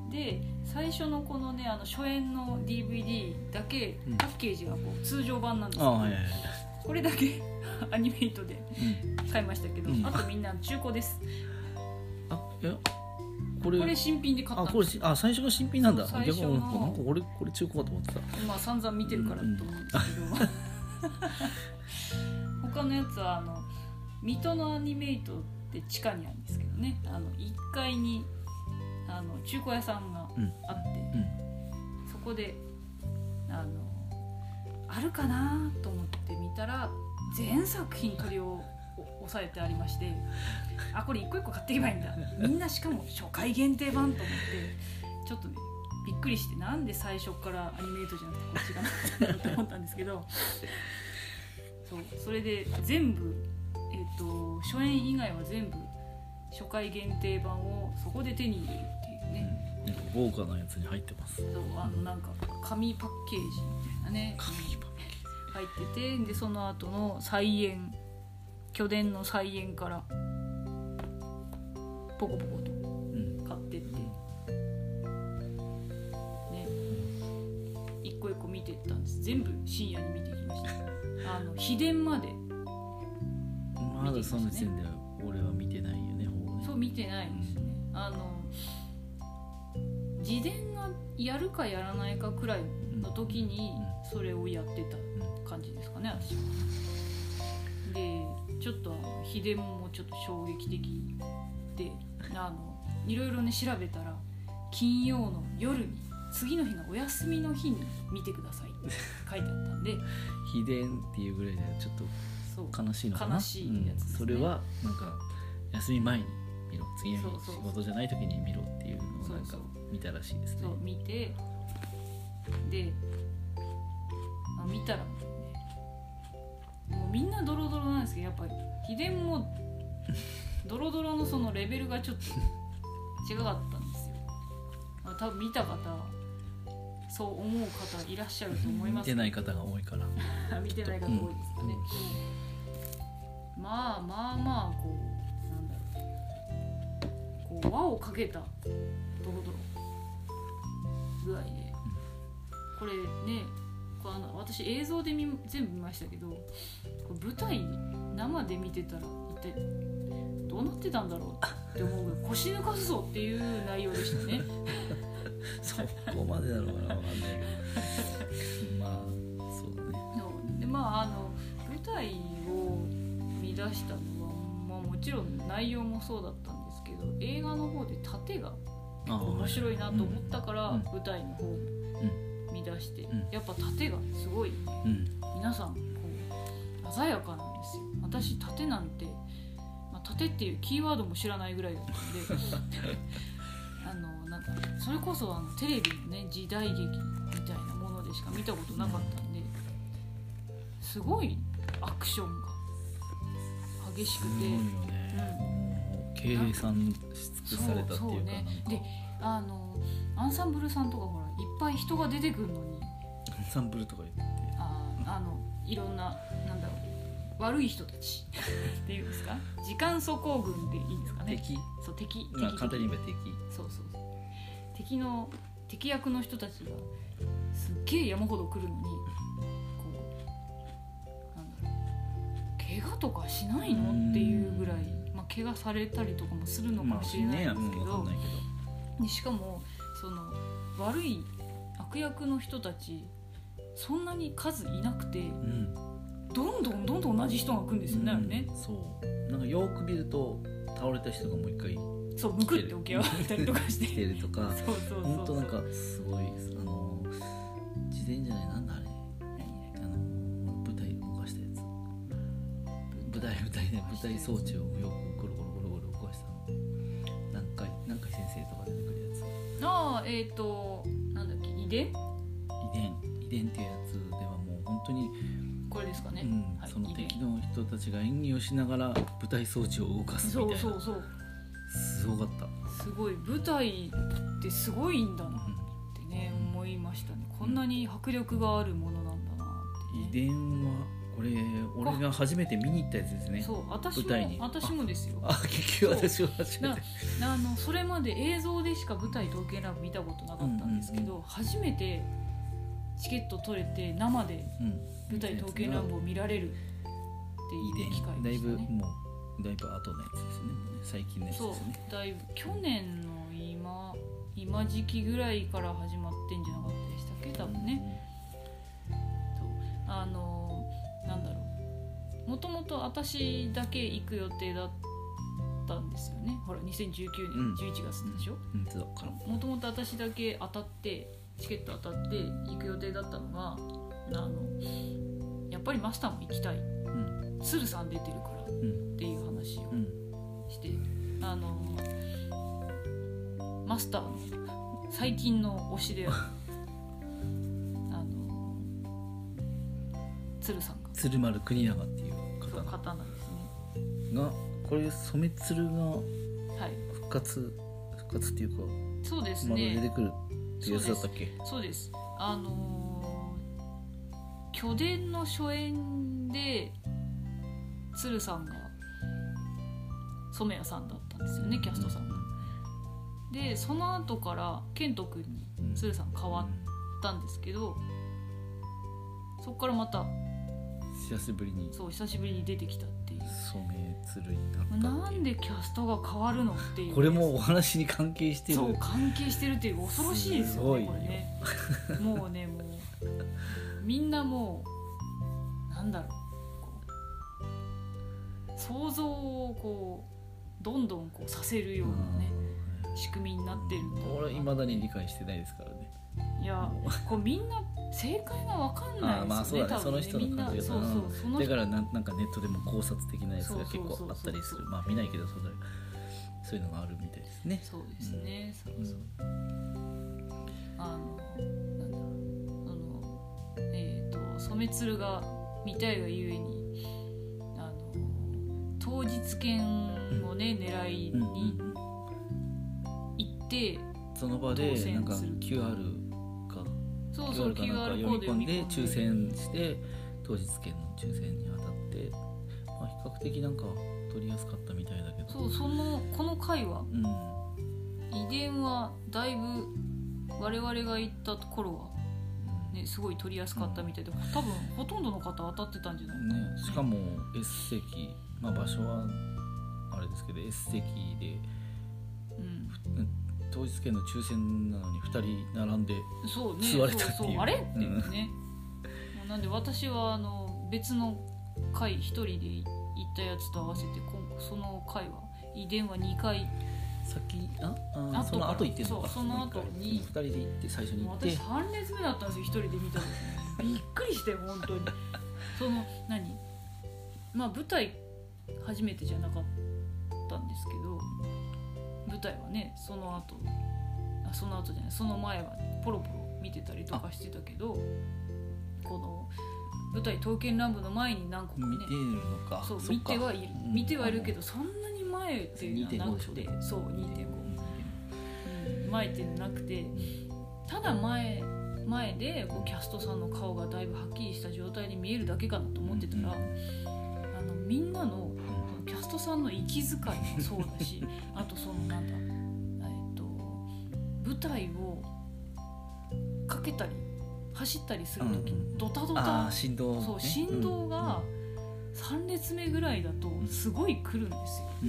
で最初のこのねあの初演の ディーブイディー だけパッケージがこう通常版なんですけど、うん、はいはいはい、これだけアニメイトで買いましたけど、うん、あとみんな中古です。 あいやこれ、 これ新品で買ったんですよ。 あ、これあ最初が新品なんだ。 最初のなんか俺これ中古かと思ってた。 まあ散々見てるからと思うんですけど、うん、他のやつはあの水戸のアニメイトって地下にあるんですけどね、あのいっかいにあの中古屋さんがあって、うんうん、そこであのあるかなと思って見たら全作品取りを押さえてありまして、あこれ一個一個買っていけばいいんだみんなしかも初回限定版と思ってちょっとねびっくりして、なんで最初からアニメイトじゃなくてこっちがなったんだと思ったんですけどそうそれで全部、えーと、初演以外は全部初回限定版をそこで手に入れるっていうね、 豪華なやつに入ってます。 そうあのなんか紙パッケージみたいなね紙パッケ入ってて、でその後の菜園巨殿の菜園からポコポコと買ってって、ね、一個一個見てったんです。全部深夜に見てきました。あの秘伝まで見てきまだその時点で俺は見てないよね。ほぼねそう見てないですね。あの自伝がやるかやらないかくらいの時にそれをやってた感じですかね、私は。でちょっとあの秘伝もちょっと衝撃的で、あのいろいろね調べたら金曜の夜に次の日がお休みの日に見てくださいって書いてあったんで秘伝っていうぐらいでちょっと悲しいのかな。 悲しいやつですね、 うん、それはなんか休み前に見ろ、次の日仕事じゃない時に見ろっていうのをなんか見たらしいですね。 そう見てであ見たらもうみんなドロドロなんですけど、やっぱり秘伝もドロドロのそのレベルがちょっと違かったんですよ。まあ、多分見た方そう思う方いらっしゃると思いますけど、 見てない方が多いから見てない方多いですかね、うん、まあまあまあこうなんだろうこう輪をかけたドロドロ具合で、これねこうあの私映像で見全部見ましたけど、こう舞台生で見てたら一体どうなってたんだろうって思うぐらい腰抜かすぞっていう内容でしたねそこまでだろうな分かんないけどまあそうだね。 でまああの舞台を見出したのは、まあ、もちろん内容もそうだったんですけど、映画の方で盾が面白いなと思ったから、 うん、 舞台の方も見出して、 うん、 やっぱ盾がすごい、うん、皆さんこう鮮やかなんですよ。私盾なんて、まあ、盾っていうキーワードも知らないぐらいだったんであのなんかそれこそあのテレビのね時代劇みたいなものでしか見たことなかったんで、すごいアクションが激しくて、すごいよね、うん、計算し尽くされたっていうか、そうそうね、 であのアンサンブルさんとかほらいっぱい人が出てくるのにアンサンブルとか言ってああのいろんななんだろう悪い人たちっていうんですか、時間走行軍でいいんですかね。 敵そう敵まあ、簡単に言えば敵。 そうそうそう敵の敵役の人たちがすっげえ山ほど来るのに、こうなんだろう怪我とかしないのっていうぐらい、まあ、怪我されたりとかもするのかもしれないんですけど、まあ、ね、けどしかもその悪い悪役の人たちそんなに数いなくて、うん、どんどんどんどん同じ人が来るんですよね、うん、あれね。 そうなんかよく見ると倒れた人がもう一回そうむくって起き上がったりとかして来てるとかそうそうそうそう本当なんかすごいあの事前じゃないなんだあれあの舞台動かしたやつ舞台舞台で舞台装置をよくゴロゴロゴロゴロ動かしたの南海南海先生とか出てくるやつ。 ああえっ、ー、となんだっけ遺伝遺伝遺伝っていうやつではもう本当にこれですかね、 うんはい、その敵の人たちが演技をしながら舞台装置を動かすみたいな。 そうそうそうすごかった。 すごい舞台ってすごいんだなってね、うん、思いましたね。こんなに迫力があるものなんだなって、ね、 遺伝はこれ俺が初めて見に行ったやつですね。 そう私も舞台に私もですよ。 あ結局私は初めてあのそれまで映像でしか舞台刀剣乱舞見たことなかったんですけど、うんうんうん、初めてチケット取れて生で舞台刀剣乱舞を見られるっていう機会でしたね。 だいぶもうだいぶ後のやつですね。最近のやつですね。 そうだいぶ去年の今今時期ぐらいから始まってんじゃなかったでしたっけ多分ね、うん、そうあのなんだろうもともと私だけ行く予定だったんですよね。ほらにせんじゅうきゅうねんじゅういちがつでしょ。もともと私だけ当たってチケット当たって行く予定だったのが、あのやっぱりマスターも行きたい、うん、鶴さん出てるからっていう話をして、うん、あのマスターの最近の推しであるあの鶴さんが鶴丸国長っていう方方なんですね。 がこれ染鶴が復活、はい、復活っていうかそうですまだね出てくるっていうやつだったっけ？ そうです。あのー、巨伝の初演で鶴さんが染谷さんだったんですよね、キャストさんが。でその後から健人君に鶴さん変わったんですけど、そこからまた久しぶりにそう久しぶりに出てきたっていう。 染鶴になったっていう。 なんでキャストが変わるのっていう。 これもお話に関係してる。 そう関係してるっていう恐ろしいですよね、これね。もうねもうみんなもうなんだろう、こう想像をこうどんどんこうさせるようなね仕組みになってるんだ。 俺未だに理解してないですからね。 いやこうみんな正解が分かんないですよね。 あまあそうだね、 多分ね、 その人の感じがそうそうそのだからな ん, なんかネットでも考察的なやつが結構あったりする。まあ見ないけどそうだそういうのがあるみたいですね。 そうですね、うん、そうそう、あのなんだそのえっ、ー、と染鶴が見たいがゆえにあの当日券をね、うん、狙いに行って、うん、 その場でなんか キューアールそうそう キューアール読み込んで抽選して当日券の抽選に当たって、まあ、比較的なんか取りやすかったみたいだけど、 そうそのこの回は、うん、遺伝はだいぶ我々が行った頃は、ね、すごい取りやすかったみたいで、うん、多分ほとんどの方当たってたんじゃないかな、 ね、しかも S 席、まあ、場所はあれですけど S 席で、うん当日券の抽選なのにふたり並んで座れたっていう、 そうね、そうそうあれっていうね、うん、なんで私はあの別の回一人で行ったやつと合わせてその回は遺伝はにかい先ああその後行ってんのか。 そうその後にふたりで行って最初に行って私さん列目だったんですよ、一人で見たのびっくりして本当にその何まあ舞台初めてじゃなかったんですけど、舞台はねその後あその後じゃないその前はポロポロ見てたりとかしてたけど、この舞台刀剣乱舞の前に何個かね見てるのか。 そう見てはいる、うん、見てはいるけどそんなに前っていうのはなくて、そう にてんご、うん、前っていうのなくて、ただ前前でこうキャストさんの顔がだいぶはっきりした状態に見えるだけかなと思ってたら、うん、あのみんなのキャストさんの息遣いもそうだしあとそのなんだ、えっと、舞台をかけたり走ったりするとき、うん、ドタドタ振動、ね、 そう振動がさん列目ぐらいだとすごい来るんですよ、うん、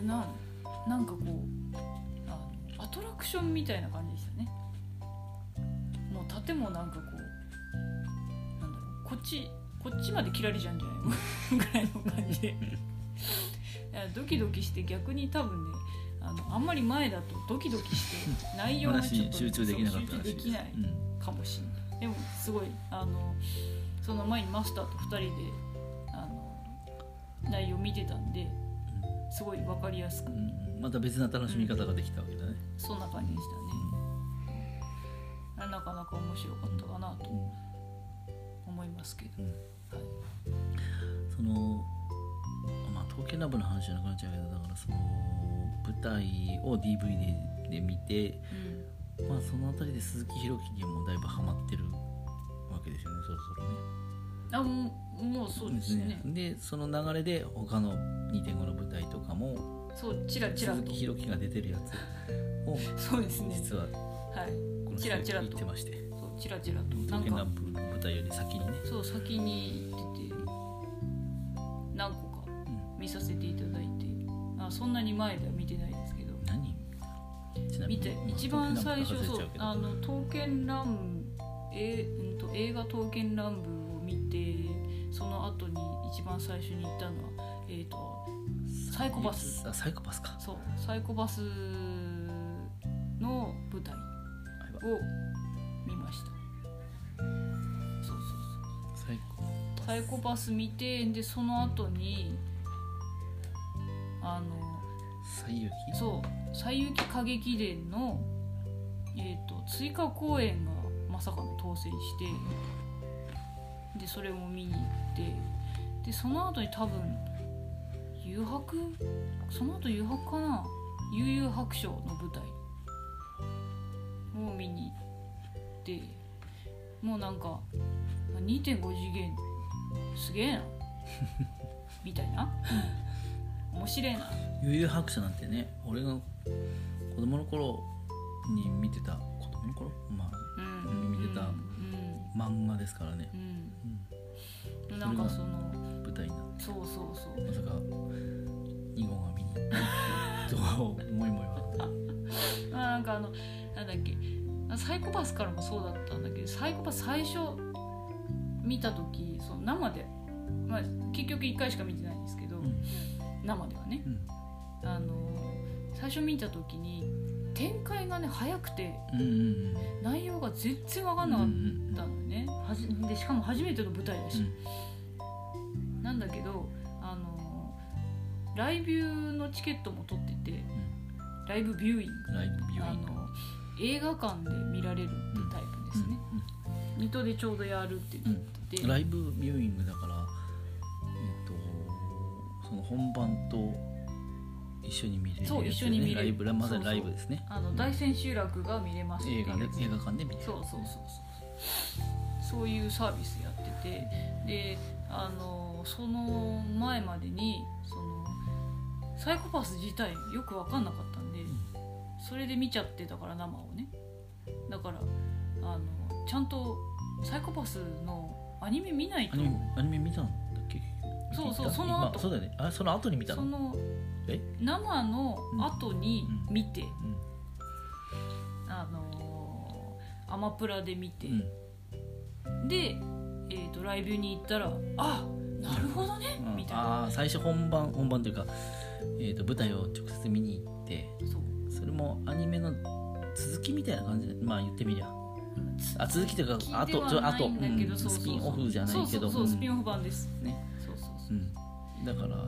な, なんかこうあのアトラクションみたいな感じでしたね。もう盾もなんかこうなんだろうこっちこっちまでキラリじゃんじゃないのぐらいの感じでドキドキして逆に多分ね あのあんまり前だとドキドキして内容がちょっと集中できなかったらしいです。 集中できないかもしれない、うん、でもすごいあのその前にマスターとふたりであの内容見てたんですごい分かりやすく、うん、 また別な楽しみ方ができたわけだね、 うん、そんな感じでしたね、うん、なかなか面白かったかなと思いますけど、うんはい、 そのまあ刀剣乱舞の話じゃなくなっちゃうけど、だからその舞台を ディーブイディー で見て、うん、まあそのあたりで鈴木宏樹にもだいぶハマってるわけですよね、そろそろね。 あもう、もうそうですね。 でその流れで他の にてんご の舞台とかもそうチラチラと鈴木宏樹が出てるやつをそうですね。 実ははいチラチラと言ってまして、 そうチラチラと刀剣乱舞の舞台より先にね、 そう先に出て何個か見させていただいて、うん、あそんなに前では見てないですけど、 何ちなみに見て一番最初そうあの刀剣乱えー、うんと映画刀剣乱舞を見て、その後に一番最初に行ったのはえっ、ー、とサイコパスあサイコパスかそうサイコパスの舞台を見ました。そうそうそうサイコパスサイコパス見て、でその後にあの西遊記そう西遊記歌劇伝の、えー、と追加公演がまさかの当選して、でそれも見に行って、でその後に多分誘白その後誘白かな悠々白書の舞台を見に行って、もうなんか にてんご 次元すげえなみたいな面白いな。 悠々白書なんてね、俺が子供の頃に見てた子供の頃まあ、うん、見てた漫画ですからね、うんうん、なんかその舞台になって、 そうそうそう、 まさか二号が見にとは思いもよあなんかあのなんだっけ、サイコパスからもそうだったんだけど、サイコパス最初見た時その生で、まあ、結局いっかいしか見てないんですけど、うん、生ではね、うん、あの最初見た時に展開がね早くて、うんうんうん、内容が全然分かんなかったのね、うんうん、はじでしかも初めての舞台だし、うん、なんだけどあのライブのチケットも取ってて、うん、ライブビューイング、 ライブビューイング、 あの映画館で見られるってタイプですね、うんうんうん、水戸でちょうどやるって言ってて、 うん、ライブビューイングだから、えー、とその本番と一緒に見れるやつ、ね、 そう一緒に見れるライブ、まさにライブですね。 そうそう、あの大千秋楽が見れますっていう映画で映画館で見れる、 そうそうそうそうそういうサービスやってて、であのその前までにそのサイコパス自体よく分かんなかったんで、それで見ちゃってたから生をね、だからあのちゃんとサイコパスのアニメ見ないと。 アニメ、アニメ見たんだっけ？ そうそう、その後、 そうだよね、あその後に見たの。 そのえ生の後に見て、うんうん、あのー、アマプラで見て、うん、で、えーと、ライブに行ったら、あ、なるほどね、うん、みたいな。 あ、最初本番本番というか、えーと、舞台を直接見に行って、そう、それもアニメの続きみたいな感じで、まあ言ってみりゃ、あ、続きというか、あとあと、うん、スピンオフじゃないけど、 そうそうそう、スピンオフ版ですね。そうそうそう、 うん、だから、うん、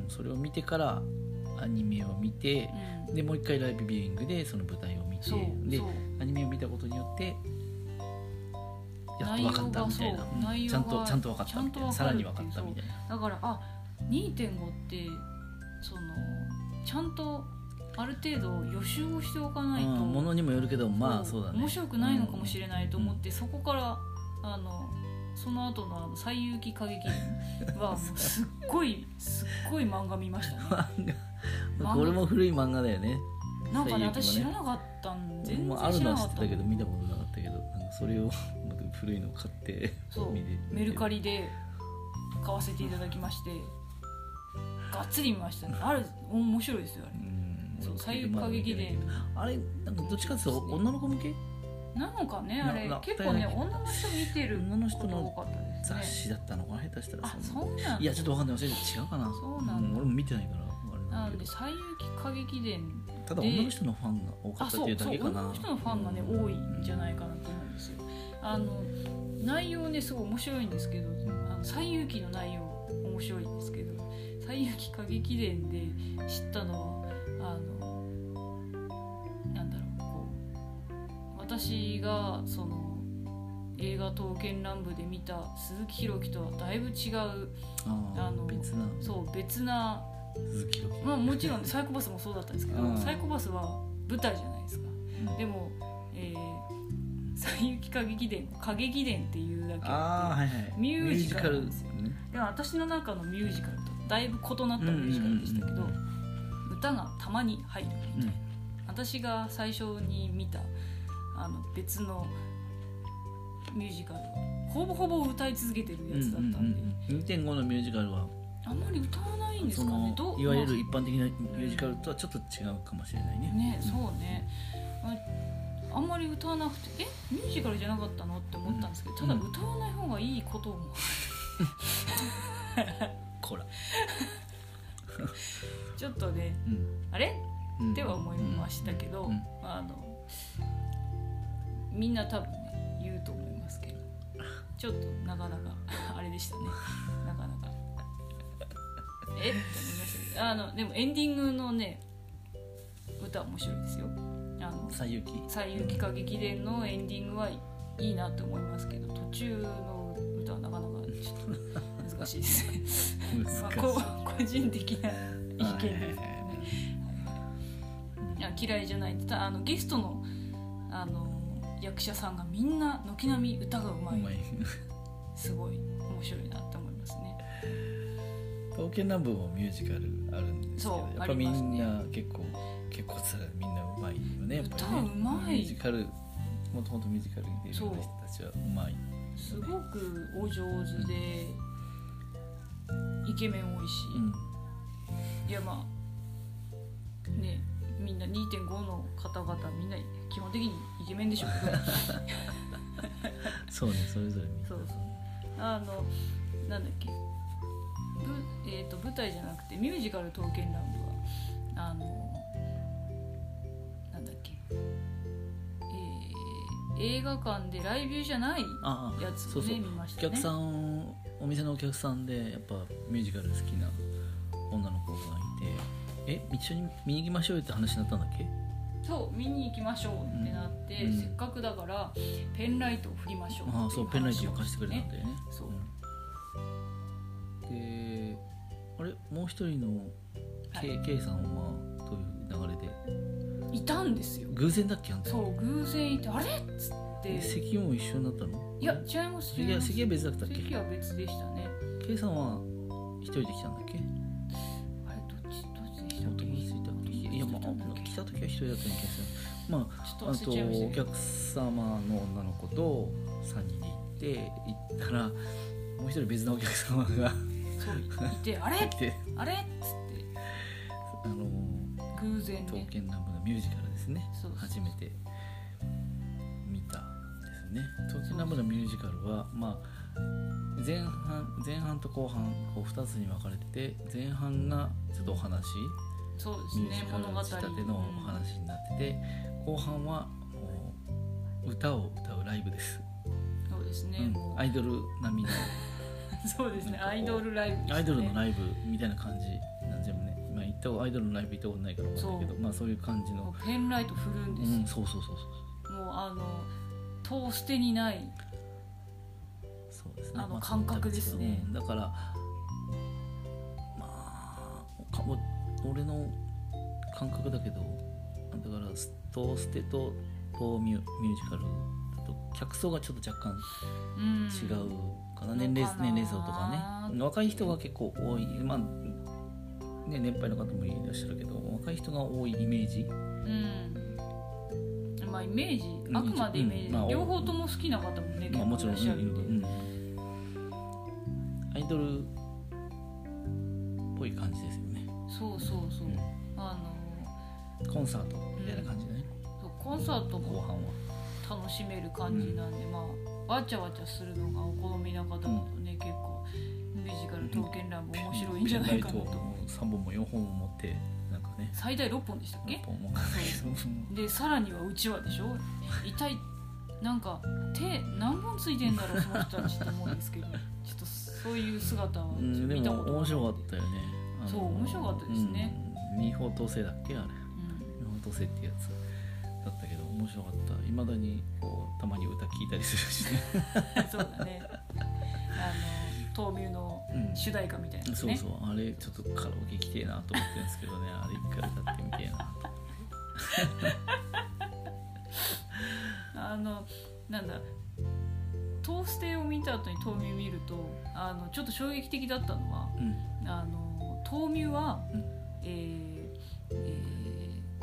それを見てからアニメを見て、うん、でもう一回ライブビューイングでその舞台を見て、でアニメを見たことによってやっと分かったみたいな、うん、ちゃんとちゃんと分かったみたいな、さらに分かったみたいな。 だから、あ、にてんご ってそのちゃんとある程度予習をしておかないと、 うん、ものにもよるけど、まあそうだね、 面白くないのかもしれないと思って、うん、そこからあのその後のあの西遊記歌劇はもうすっごいすっごい漫画見ましたね。 これも古い漫画だよね。 なんかね、私知らなかったん、全然知らなかった。 あるのは知ってたけど見たことなかったけど、なんかそれを古いのを買ってそうメルカリで買わせていただきまして、がっつり見ましたね。あれ面白いですよ、あれ。うん、そう、西遊記歌劇で、 あれなんかどっちかっていうと女の子向けなのかね、あれ結構ね、女の人見てることが多かったですね。 雑誌だったのかな、下手したら。 あ、そうなんだ。 いやちょっとわかんない、忘れて、違うかな。 そうなんだ、 うん、俺も見てないから。 なんで西遊記歌劇伝で、 ただ女の人のファンが多かったっていうだけかな。 そうそう、女の人のファンがね、うん、多いんじゃないかなと思うんですよ。あの内容ねすごい面白いんですけど、あの西遊記の内容面白いんですけど、西遊記歌劇伝で知ったのは、あのなんだろう、こう私がその映画刀剣乱舞で見た鈴木宏樹とはだいぶ違う、 ああの別なそう別な鈴木宏樹、 まあ、もちろんサイコパスもそうだったんですけど、サイコパスは舞台じゃないですか、うん、でも、えー、西遊記歌劇伝歌劇伝っていうだけあって、はいはい、ミュージカルなんですよ、ね、でも私の中のミュージカルとだいぶ異なったミュージカルでしたけど、歌がたまに入るみたいな、うん、私が最初に見たあの別のミュージカルはほぼほぼ歌い続けてるやつだったんで、うんうんうん、 にてんご のミュージカルはあんまり歌わないんですかね。どういわゆる一般的なミュージカルとはちょっと違うかもしれないね。 ね、そうね。あ, あんまり歌わなくて、え、ミュージカルじゃなかったのって思ったんですけど、うん、ただ歌わない方がいいこともこらちょっとね、うん、あれ、うん、っては思いましたけど、うん、あのみんな多分ね言うと思いますけど、ちょっとなかなかあれでしたね。なかなかえって思いましたけど、あのでもエンディングのね歌面白いですよ。あの西遊記西遊記歌劇伝のエンディングはいいなと思いますけど、途中の歌はなかなかちょっと難しいですね。まあ、こ個人的な意見ですけどね。いや嫌いじゃない。ただあのゲストのあの役者さんがみんな軒並み歌がうまい、 うまいすごい面白いなって思いますね。 刀剣乱舞もミュージカルあるんですけど、 そうやっぱみんありな結構結構つらいみんなうまいよね、やっぱりね。 歌うまいミュージカルもともとミュージカルに出るような人たちはうまい、 すごくお上手で、イケメン多いし、 うん、 いやまあね、みんな にてんご の方々みんな基本的にイケメンでしょうけどそうね、それぞれみんなそうそう、あのなんだっけ、ぶ、えーと舞台じゃなくてミュージカル刀剣乱舞はあのなんだっけ、えー、映画館でライブじゃないやつをね、 そうそう、 見ましたね。 お客さん、お店のお客さんでやっぱミュージカル好きな女の子がいて、え、一緒に見に行きましょうよって話になったんだっけ。 そう、見に行きましょうってなって、 うん、 せっかくだからペンライトを振りましょうっていう話を、ね、 ああ、そう、ペンライトも貸してくれたんだよね。 そう、 うん、で、あれ、もう一人の K,、はい、K さんはどういう流れでいたんですよ。 偶然だっけ、あんた。 そう、偶然いて、あれっつって席も一緒になったの。 いや、違います、 違います。席は別だったっけ。 席は別でしたね。 K さんは一人で来たんだっけ。 あれ、どっちどっちでしたっけ。 友達いたっけ。いや、まあ、来た時は一人だったような気がする。まあ、 ちょっとあとお客様の女の子とさんにんで行って行ったら、もう一人別のお客様がそういて、あれてあれっつって、 あの偶然ね、 刀剣乱舞のミュージカルですね。 そうそうそう、 初めて見たですね。刀剣乱舞のミュージカルは、まあ、前半前半と後半こうふたつに分かれてて、前半がちょっとお話、 そうですね、 ミュージカル物語仕立てのお話になってて、うん、後半はもう歌を歌うライブです。 そうですね、 うん、 もうアイドル並みのそうですね、アイドルライブですね。 アイドルのライブみたいな感じなんじゃもね。まあ、行ったアイドルのライブ行ったことないから分かんないけど、まあそういう感じの。 ペンライト振るんですよ。 うん、そうそうそうそう。 もうあのトーステにない、 そうですね、 あの感覚ですね。 うん、だからまあ俺の感覚だけど、だからトーステとトーミュミュージカルだと客層がちょっと若干違うかな、うん、年齢年齢層とかね。若い人が結構多い、まあね、年配の方もいらっしゃるけど、若い人が多いイメージ。 うん、まあイメージ、あくまでイメージ、うん、まあ、両方とも好きな方もね、 まあ、もちろん結構いらっしゃるんで、うんうん、アイドルっぽい感じですよね。 そうそうそう、うん、あのコンサートみたいな感じだね、 うん、そうコンサートも楽しめる感じなんで、うん、まあわちゃわちゃするのがお好みな方だとね、うん、結構ミュージカル刀剣乱舞面白いんじゃないかなと。 さんぼんもよんほんも持ってなんかね、 最大ろっぽんでしたっけ。 ろっぽんもでさらにはうちわでしょ。一体なんか手何本ついてんだろうその人たちと思うんですけど、ちょっとそういう姿は見たことない。 でも面白かったよね。 そう面白かったですね。 二方統制だっけあれ、うん、二方統制ってやつだったけど面白かった。いまだにこうたまに歌聞いたりするしねそうだね、あの豆乳の主題歌みたいな、ね、うん、 そうそう、あれちょっとカラオケ行きてえなと思ってるんですけどね、あれ一回歌ってみてえなとあのなんだトーステを見た後に豆乳見ると、あのちょっと衝撃的だったのは、うん、あの豆乳は、うん、えーえー、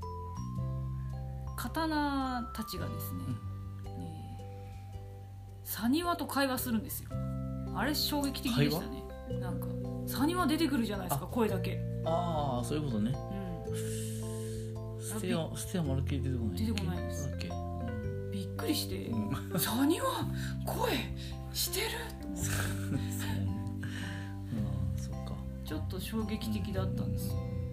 刀たちがですね、うん、えー、サニワと会話するんですよ。あれ衝撃的でしたね。なんかサニワ出てくるじゃないですか、声だけ。 ああ、そういうことね。 うん。 ステアステアまるっきり出てこない。 出てこないです。 だっけ。 びっくりして、うん、サニワ声してると思って。 そうか。 ちょっと衝撃的だったんですよ。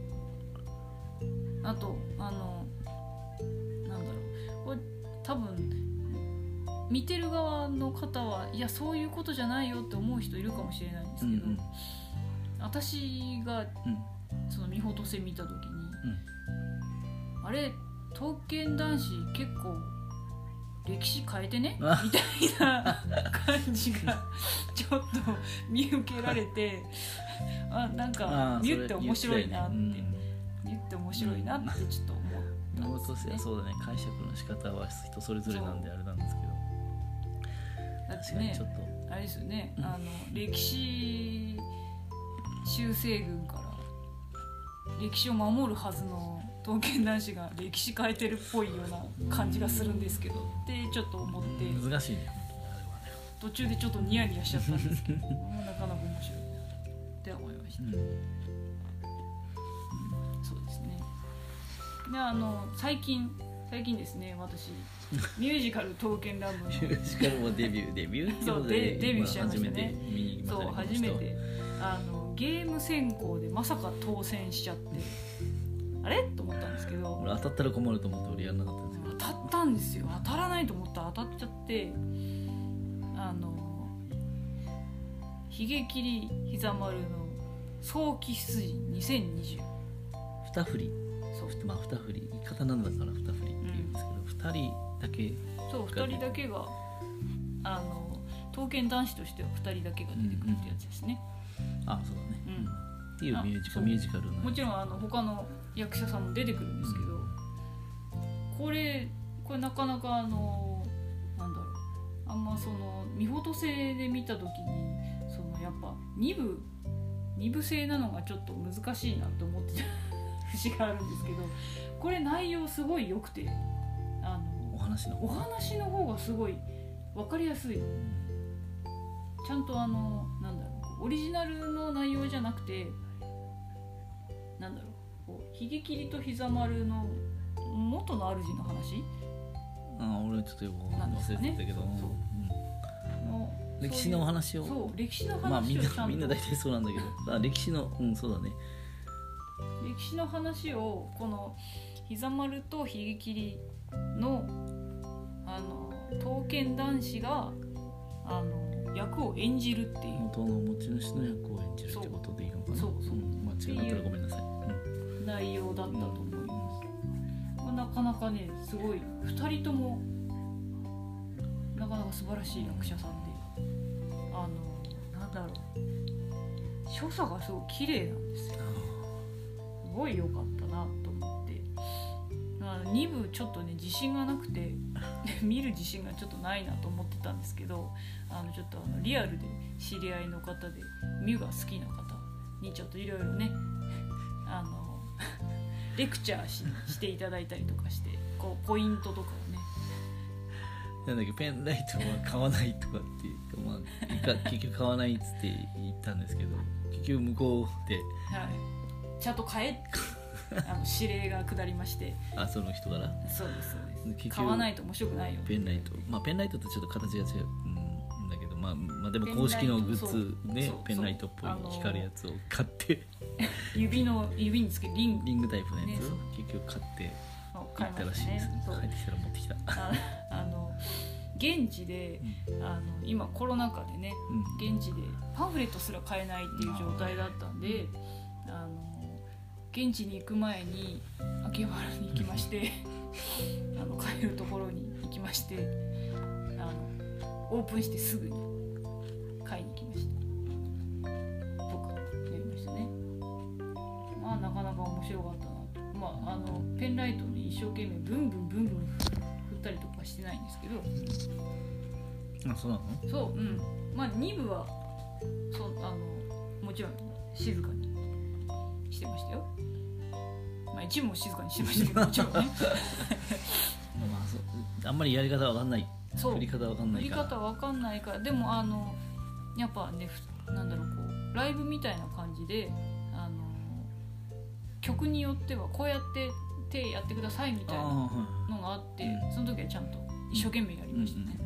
あとあのなんだろう、これ多分見てる側の方はいやそういうことじゃないよって思う人いるかもしれないんですけど、うんうん、私が、うん、その美穂とせ見た時に、うん、あれ刀剣男子結構歴史変えてねみたいな感じがちょっと見受けられてあなんか見って面白いなって、うん、見って面白いなってちょっと思ったんですとしてね。 はそうだね、解釈の仕方は人それぞれなんであれなんですけど、 だって確かにねちょっとあれですよね、あの歴史修正軍から歴史を守るはずの刀剣男子が歴史変えてるっぽいような感じがするんですけどってちょっと思って難しいね、本当にあれはね。 途中でちょっとニヤニヤしちゃったんですけどなかなか面白いなって思いました、 うん、 そうですね。であの最近最近ですね、私ミュージカル刀剣乱舞のミュージカルもデビューデビューってそうことでデデビューしちゃいましたね初めて見に行きましたね。 そう初めてあのゲーム選考でまさか当選しちゃってあれと思ったんですけど、 俺当たったら困ると思って俺やらなかったんですけど、 当たったんですよ。当たらないと思ったら当たっちゃって、あのひげ切りひざ丸の早期出陣にせんにじゅう二振り、 そうまあ二振り刀だから二振りって言うんですけど、二、人だけそうふたりだけがあの刀剣男子としてはふたりだけが出てくるってやつですね、 あそうだね、 うんっていうミュージカルミュージカルのもちろんあの他の役者さんも出てくるんですけど、うん、これこれなかなかあのなんだろう、あんまその見フォト制で見た時にそのやっぱに部に部制なのがちょっと難しいなと思ってた節があるんですけど、これ内容すごい良くて、あのお話のお話の方がすごい分かりやすい、ちゃんとあのなんだろう、オリジナルの内容じゃなくて、なんだろう、こうひげ切りとひざ丸の元の主の話、 あ俺ちょっとよく忘れてたけど、 そうそう、うん、の歴史のお話を、 そう歴史のまあみんな話をちゃんと、 みんな大体そうなんだけど、あ歴史のうんそうだね、 歴史の話をこのひざ丸とひげ切りのあの刀剣男子があの役を演じるっていう元の持ち主の役を演じるってことでいいのかな。 そうそう、 ん、間違ったらごめんなさい、うん、 内容だったと思います、うん、なかなかねすごいふたりともなかなか素晴らしい役者さんで、あのなんだろう、所作がすごい綺麗なんですよ。すごい良かったなと思って、あのに部ちょっとね自信がなくて見る自信がちょっとないなと思ってたんですけど、あのちょっとあのリアルで知り合いの方でミュが好きな方にちょっといろいろねあのレクチャー し, していただいたりとかして、こうポイントとかをね、 なんだっけ、ペンライトは買わないとかっていうか、まあ、いか結局買わないっつって言ったんですけど、結局向こうで、 はい、ちゃんと買えってあの指令が下りまして、 あその人からそうですそうです、買わないと面白くないよ、 ペンライト、まあペンライトとちょっと形が違う、うん、だけど、まあ、まあでも公式のグッズでペンライトっぽい光るやつを買って指の指につけるリングリングタイプのやつをね、 結局買って買行ったらしいです、ね、帰ってきたら持ってきた。 ああの現地で、うん、あの今コロナ禍でね、うん、現地でパンフレットすら買えないっていう状態だったんで、あの現地に行く前に秋葉原に行きましてあの買えるところに行きまして、あのオープンしてすぐに買いに行きましたとかやりましたね。まあなかなか面白かったなと、まあ、あのペンライトに一生懸命ブンブンブンブン振ったりとかしてないんですけど、 あそうなの？ そう、うん、まあに部はそう、あのもちろん静かにしてましたよ。まあいち部も静かにしてましたけどもちろんねまあそう、あんまりやり方わかんない、 そう振り方わかんないから、 振り方わかんないから、でもあのやっぱね、なんだろう、こうライブみたいな感じで、あの曲によってはこうやって手やってくださいみたいなのがあって、うん、その時はちゃんと一生懸命やりましたね、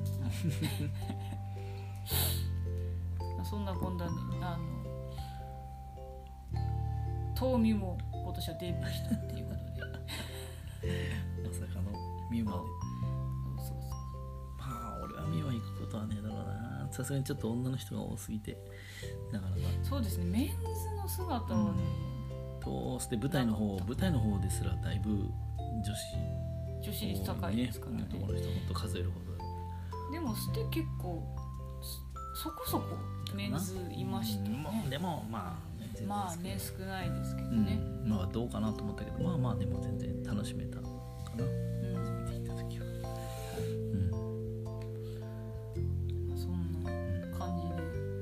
うんうん、そんなこんなね、あの豆乳も今年はデビューしたっていうことでまさかのミュまで、 そうそうそう、 まあ俺はミュは行くことはねえだろうな、さすがにちょっと女の人が多すぎてなかなか。 そうですね、メンズの姿はね、 うん、として舞台の方舞台の方ですらだいぶ女子女子率高いですからね。 男の人もっと数えるほど。 でもステ結構そこそこメンズいましたね。 うん、でもまあね、 まあね少ないですけどね。 うん、まあどうかなと思ったけど、まあまあでも全然楽しめたかな、 うん初めて行った時は。 まあそんな感じで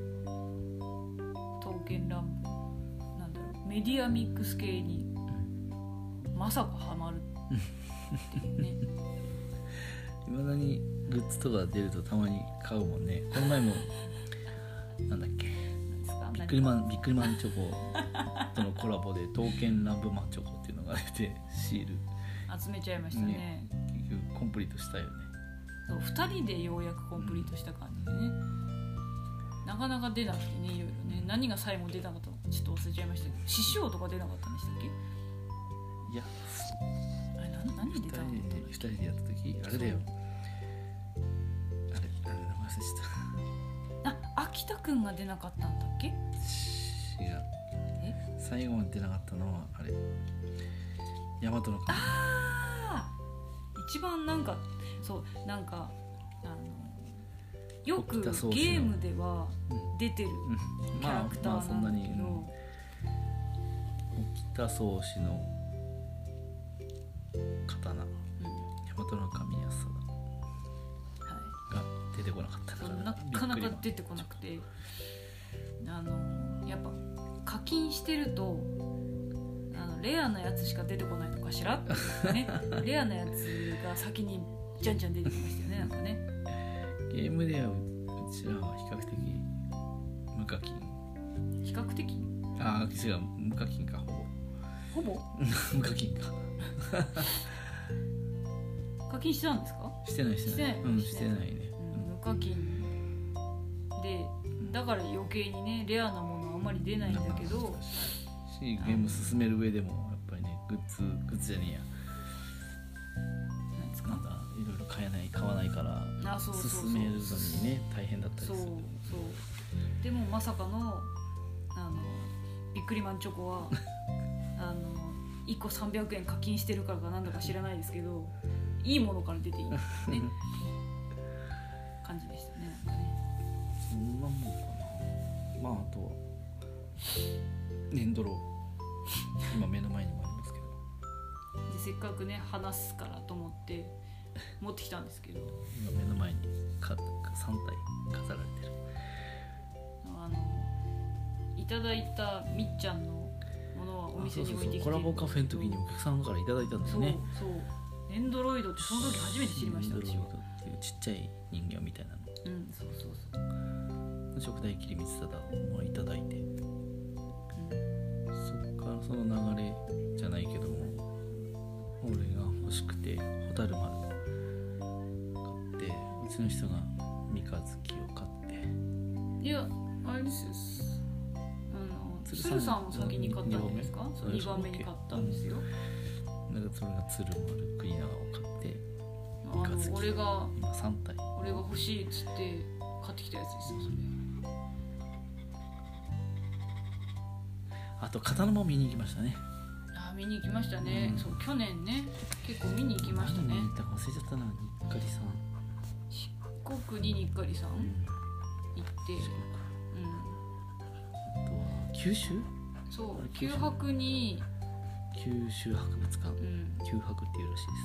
刀剣乱舞なんだろうメディアミックス系にまさかハマるっていうねいまだにグッズとか出るとたまに買うもんね。この前もなんだっけビックリマンビックリマンチョコとのコラボで刀剣乱舞マンチョコっていうのが出てシール集めちゃいましたね。 ね結局コンプリートしたよね。 そうふたりでようやくコンプリートした感じでね、うん、なかなか出なくてね、いろいろね、何が最後出なかったのかちょっと忘れちゃいましたけど、師匠とか出なかったんでしたっけ。 いやあれ 何, 何出たのふたりでやった時あれだよ、あれあれ名前忘れちゃった。 あ、秋田くんが出なかったんだっけ。 違う、え最後まで出なかったのはあれ大和の神。 ああ一番なんかそうなんかあのよくゲームでは出てるキャラクターなんだけど、 沖田宗師の刀、うん、大和の神安貞が出てこなかったから、 なかなか出てこなくて、あのやっぱ課金してるとあのレアなやつしか出てこないのかしらってねレアなやつが先にじゃんじゃん出てきましたよね。なんかねゲームではうちらは比較的無課金。 比較的ああ違う無課金かほぼほぼ無課金か課金してたんですか。 してないしてないうんしてないね、 うん、無課金でだから余計にねレアなものはあんまり出ないんだけど、 しゲーム進める上でもやっぱりねグッズグッズじゃねえやなんですか、 なんかいろいろ買えない買わないからあそうそうそう進めるのにね大変だったりする。 そうそうでもまさかのあのビックリマンチョコはあのいっこさんびゃくえん課金してるからかなんだか知らないですけどいいものから出ていいんですね感じでしたね。なんかねそんなもんかな。まああとは粘土炉今目の前にもありますけどでせっかくね話すからと思って持ってきたんですけど今目の前にかさんたい飾られてる。 あのいただいたみっちゃんのものはお店に置いてきて、 そうそうそうコラボカフェの時にお客さんからいただいたんですね。 そうそうネンドロイドってその時初めて知りました。 ネンドロイドっていうちっちゃい人形みたいなの、 うんそうそうそう食代切り光貞もいただいて、 うん、 そっからその流れじゃないけども俺が欲しくてホタルマル買ってうちの人が三日月を買って、 いやあれですよ、あの鶴さんを先に買ったんじゃないですか。そうにばんめに買ったんですよ。 なんかそれが鶴丸栗長を買ってあの俺が今さんたい俺が欲しいっつって買ってきたやつですよそれ。 あと刀も見に行きましたね。 あ見に行きましたね、うん、そう去年ね結構見に行きましたね。 だから忘れちゃったな。にっかりさん四国ににっかりさん、うん、行って、うん、 あとは九州そう九博に九州博物館、うん、九博っていうらしいです、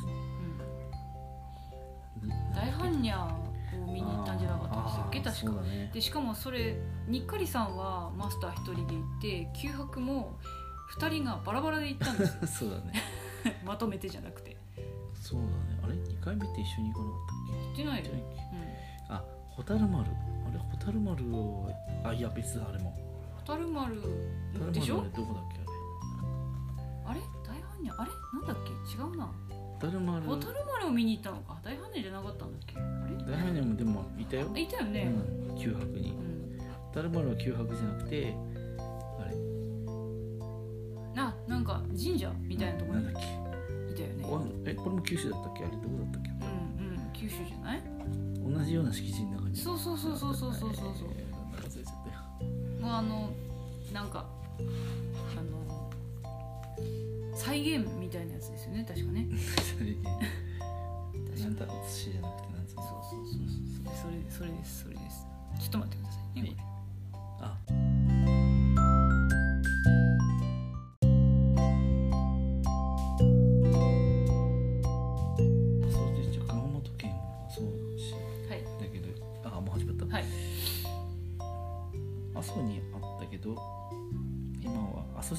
うん、大般若を見に行ったんじゃなかったでしたっけ確か、ね、でしかもそれにっかりさんはマスターひとりで行って九博もふたりがバラバラで行ったんですよそうだねまとめてじゃなくて。 そうだね。あれにかいめって一緒に行かなかったっけ。 行ってないよ、 うん、あホタルマルあれホタルマルをあいや別だあれもホタルマルでしょ。 ホタルマルどこだっけあれあれ大般若あれなんだっけ違うな。 ホタルマルホタルマルを見に行ったのか。大般若じゃなかったんだっけ。あれ大般若もでもいたよ。 いたよね、 うん、九博に、うん、ホタルマルは九博じゃなくてあれあなんか神社みたいなところにいたよね。 えこれも九州だったっけ。あれどこだったっけ。 うんうん九州じゃない。 同じような敷地の中に。 そうそうそうそうそうそうそうそう。もうあのなんかあの再現みたいなやつですよね確かね。 再現なんだ写しじゃなくてなんつうの。 そうそうそうそうそれそれですそれです。ちょっと待ってくださいね、はい、これ。 あ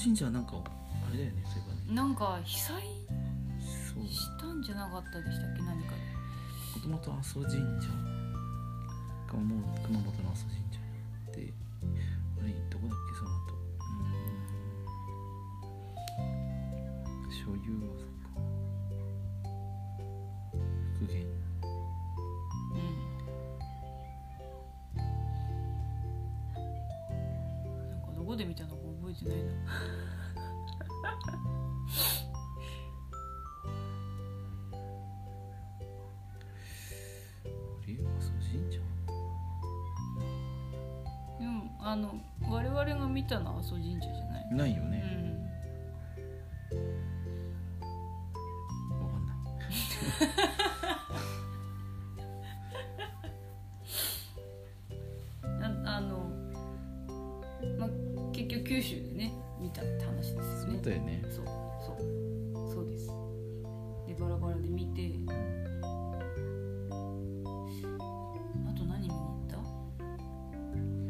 神社はなんかあれだよね、そういえばね。 なんか被災そうしたんじゃなかったでしたっけ、何かで。 もともと阿蘇神社熊本熊本の阿蘇神社で、あれどこだっけその後、うーん所有はそっか復元。 うんなんかどこで見たのか覚えてないなでもあの我々が見たのは阿蘇神社じゃない。 ないよね。 うん、 わかんないあ, あの、ま、結局九州でね見たって話ですよね。 そうだよね。 そうそうそうです。でバラバラで見て、あと何見に行った？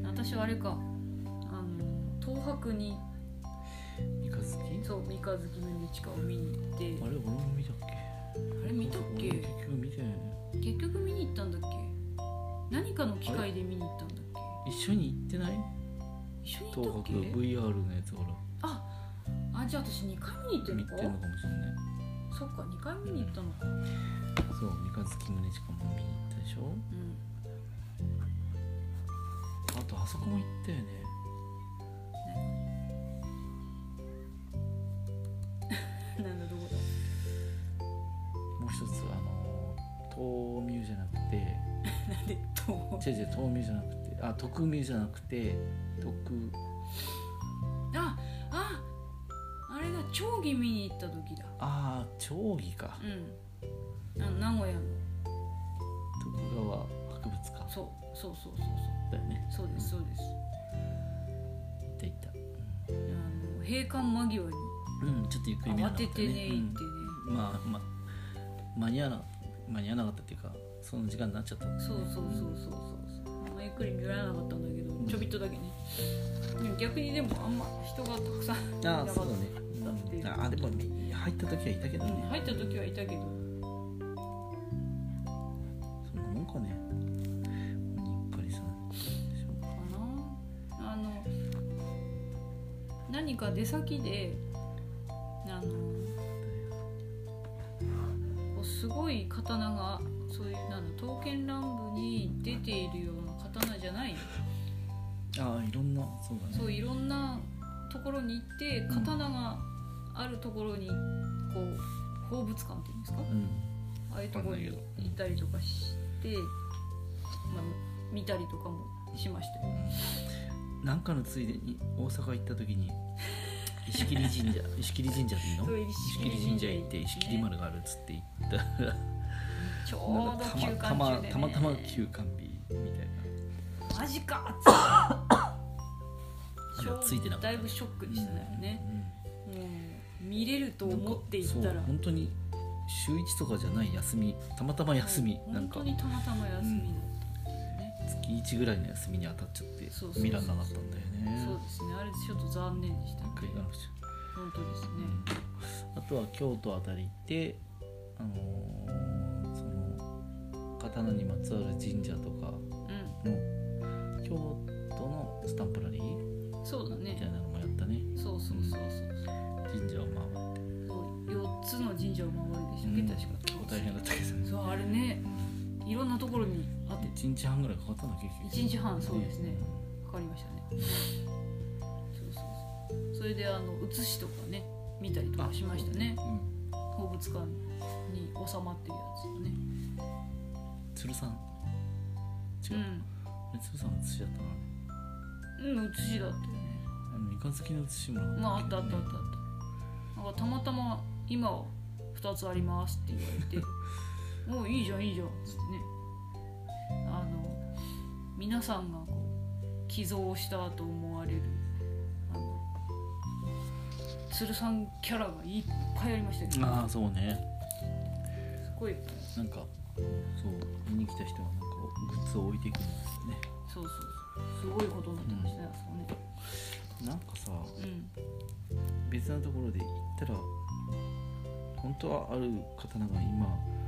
私はあれか、あの東博に三日月？ そう三日月の道かを見に行って。 あれ俺も見たっけ？ あれ見たっけ？ 結局見てないね。 結局見に行ったんだっけ？何かの機会で見に行ったんだっけ？ 一緒に行ってない？ 一緒に行ったっけ？ 東博 ブイアール のやつほら。 ああ、じゃあ私にかい見に行ってるのか？ 見てるのかもしれない。 そっか、にかい見に行ったのか。 そう、三日月宗近も見に行ったでしょ。 うん。 あとあそこも行ったよね。 なんだどこだ。 もう一つあの東ミュじゃなくてなんで東違う違う東ミュじゃなくてあ徳ミュじゃなくて徳あああれだ、町議見に行った時だ。 ああ町議か。 うんあ名古屋の徳川博物館。 そうそうそうそうそうだよね。 そうですそうです。 行った行った。 あの閉館間際にうん、ちょっとゆっくり見なかったね。 慌ててね行ってね、 うん、まあまあ間に合わな間に合わなかったっていうかその時間になっちゃったんですね。 そうそうそうそうそうそう、あんまゆっくり見られなかったんだけど、うん、ちょびっとだけね。逆にでもあんま人がたくさんいなかった。 ああそうだね。うん、あでも入った時はいたけどね。 うん、入った時はいたけど。 そんなもんかね。にっかりさんかな。あの何か出先であのすごい刀がそういうなんだ刀剣乱舞に出ているような刀じゃない。 ああいろんなそうだね。 そういろんなところに行って刀があるところにこう宝物館っていうんですか、うん、ああいうところに行ったりとかして、まあ、見たりとかもしましたよ。 なんかのついでに大阪行った時に石切神社石切神社でいいの？石切神社行って石切丸があるっつって行ったらちょうど休館中で、ね、 たまたま休館日みたいな。 マジかっついてなかった。 だいぶショックでしたね、うんうん、もう見れると思って行ったら本当に週一とかじゃない休み、たまたま休み、なんか本当にたまたま休みだったんだよね、 うん、月いちぐらいの休みに当たっちゃって見らんなかったんだよね。 そうですね、あれちょっと残念でしたね。本当ですね、 うん、あとは京都あたり行って、あのー、その刀にまつわる神社とかの、うん、京都のスタンプラリーそうだねみたいなのもやったね。 そうそうそうそう、 神社を回ってそうよっつの神社を回るでしたっけ、うん、確か大変だったけどね。 そうあれね、いろんなところにあっていちにちはんぐらいかかったの結局。 いちにちはん、そうですね、かかりましたね。そうそうそう、それであの写しとかね見たりとかしましたね、うん、宝物館に収まってるやつをね。 鶴さん違う、うん、鶴さん写しだったな。 うん写しだったよね。 三日月の写しもあった、 まああったあったあったあった。なんかたまたま今はふたつありますって言われてもういいじゃんいいじゃんっつってね、あの皆さんがこう寄贈したと思われるあの鶴さんキャラがいっぱいありましたけど、ね、 ああそうね、 すごいなんかそう見に来た人がなんかグッズを置いていくんですよね。 そうそうそう、すごいことになってましたね、うん、あそこね。 なんかさ、 うん別なところで行ったら本当はある刀が今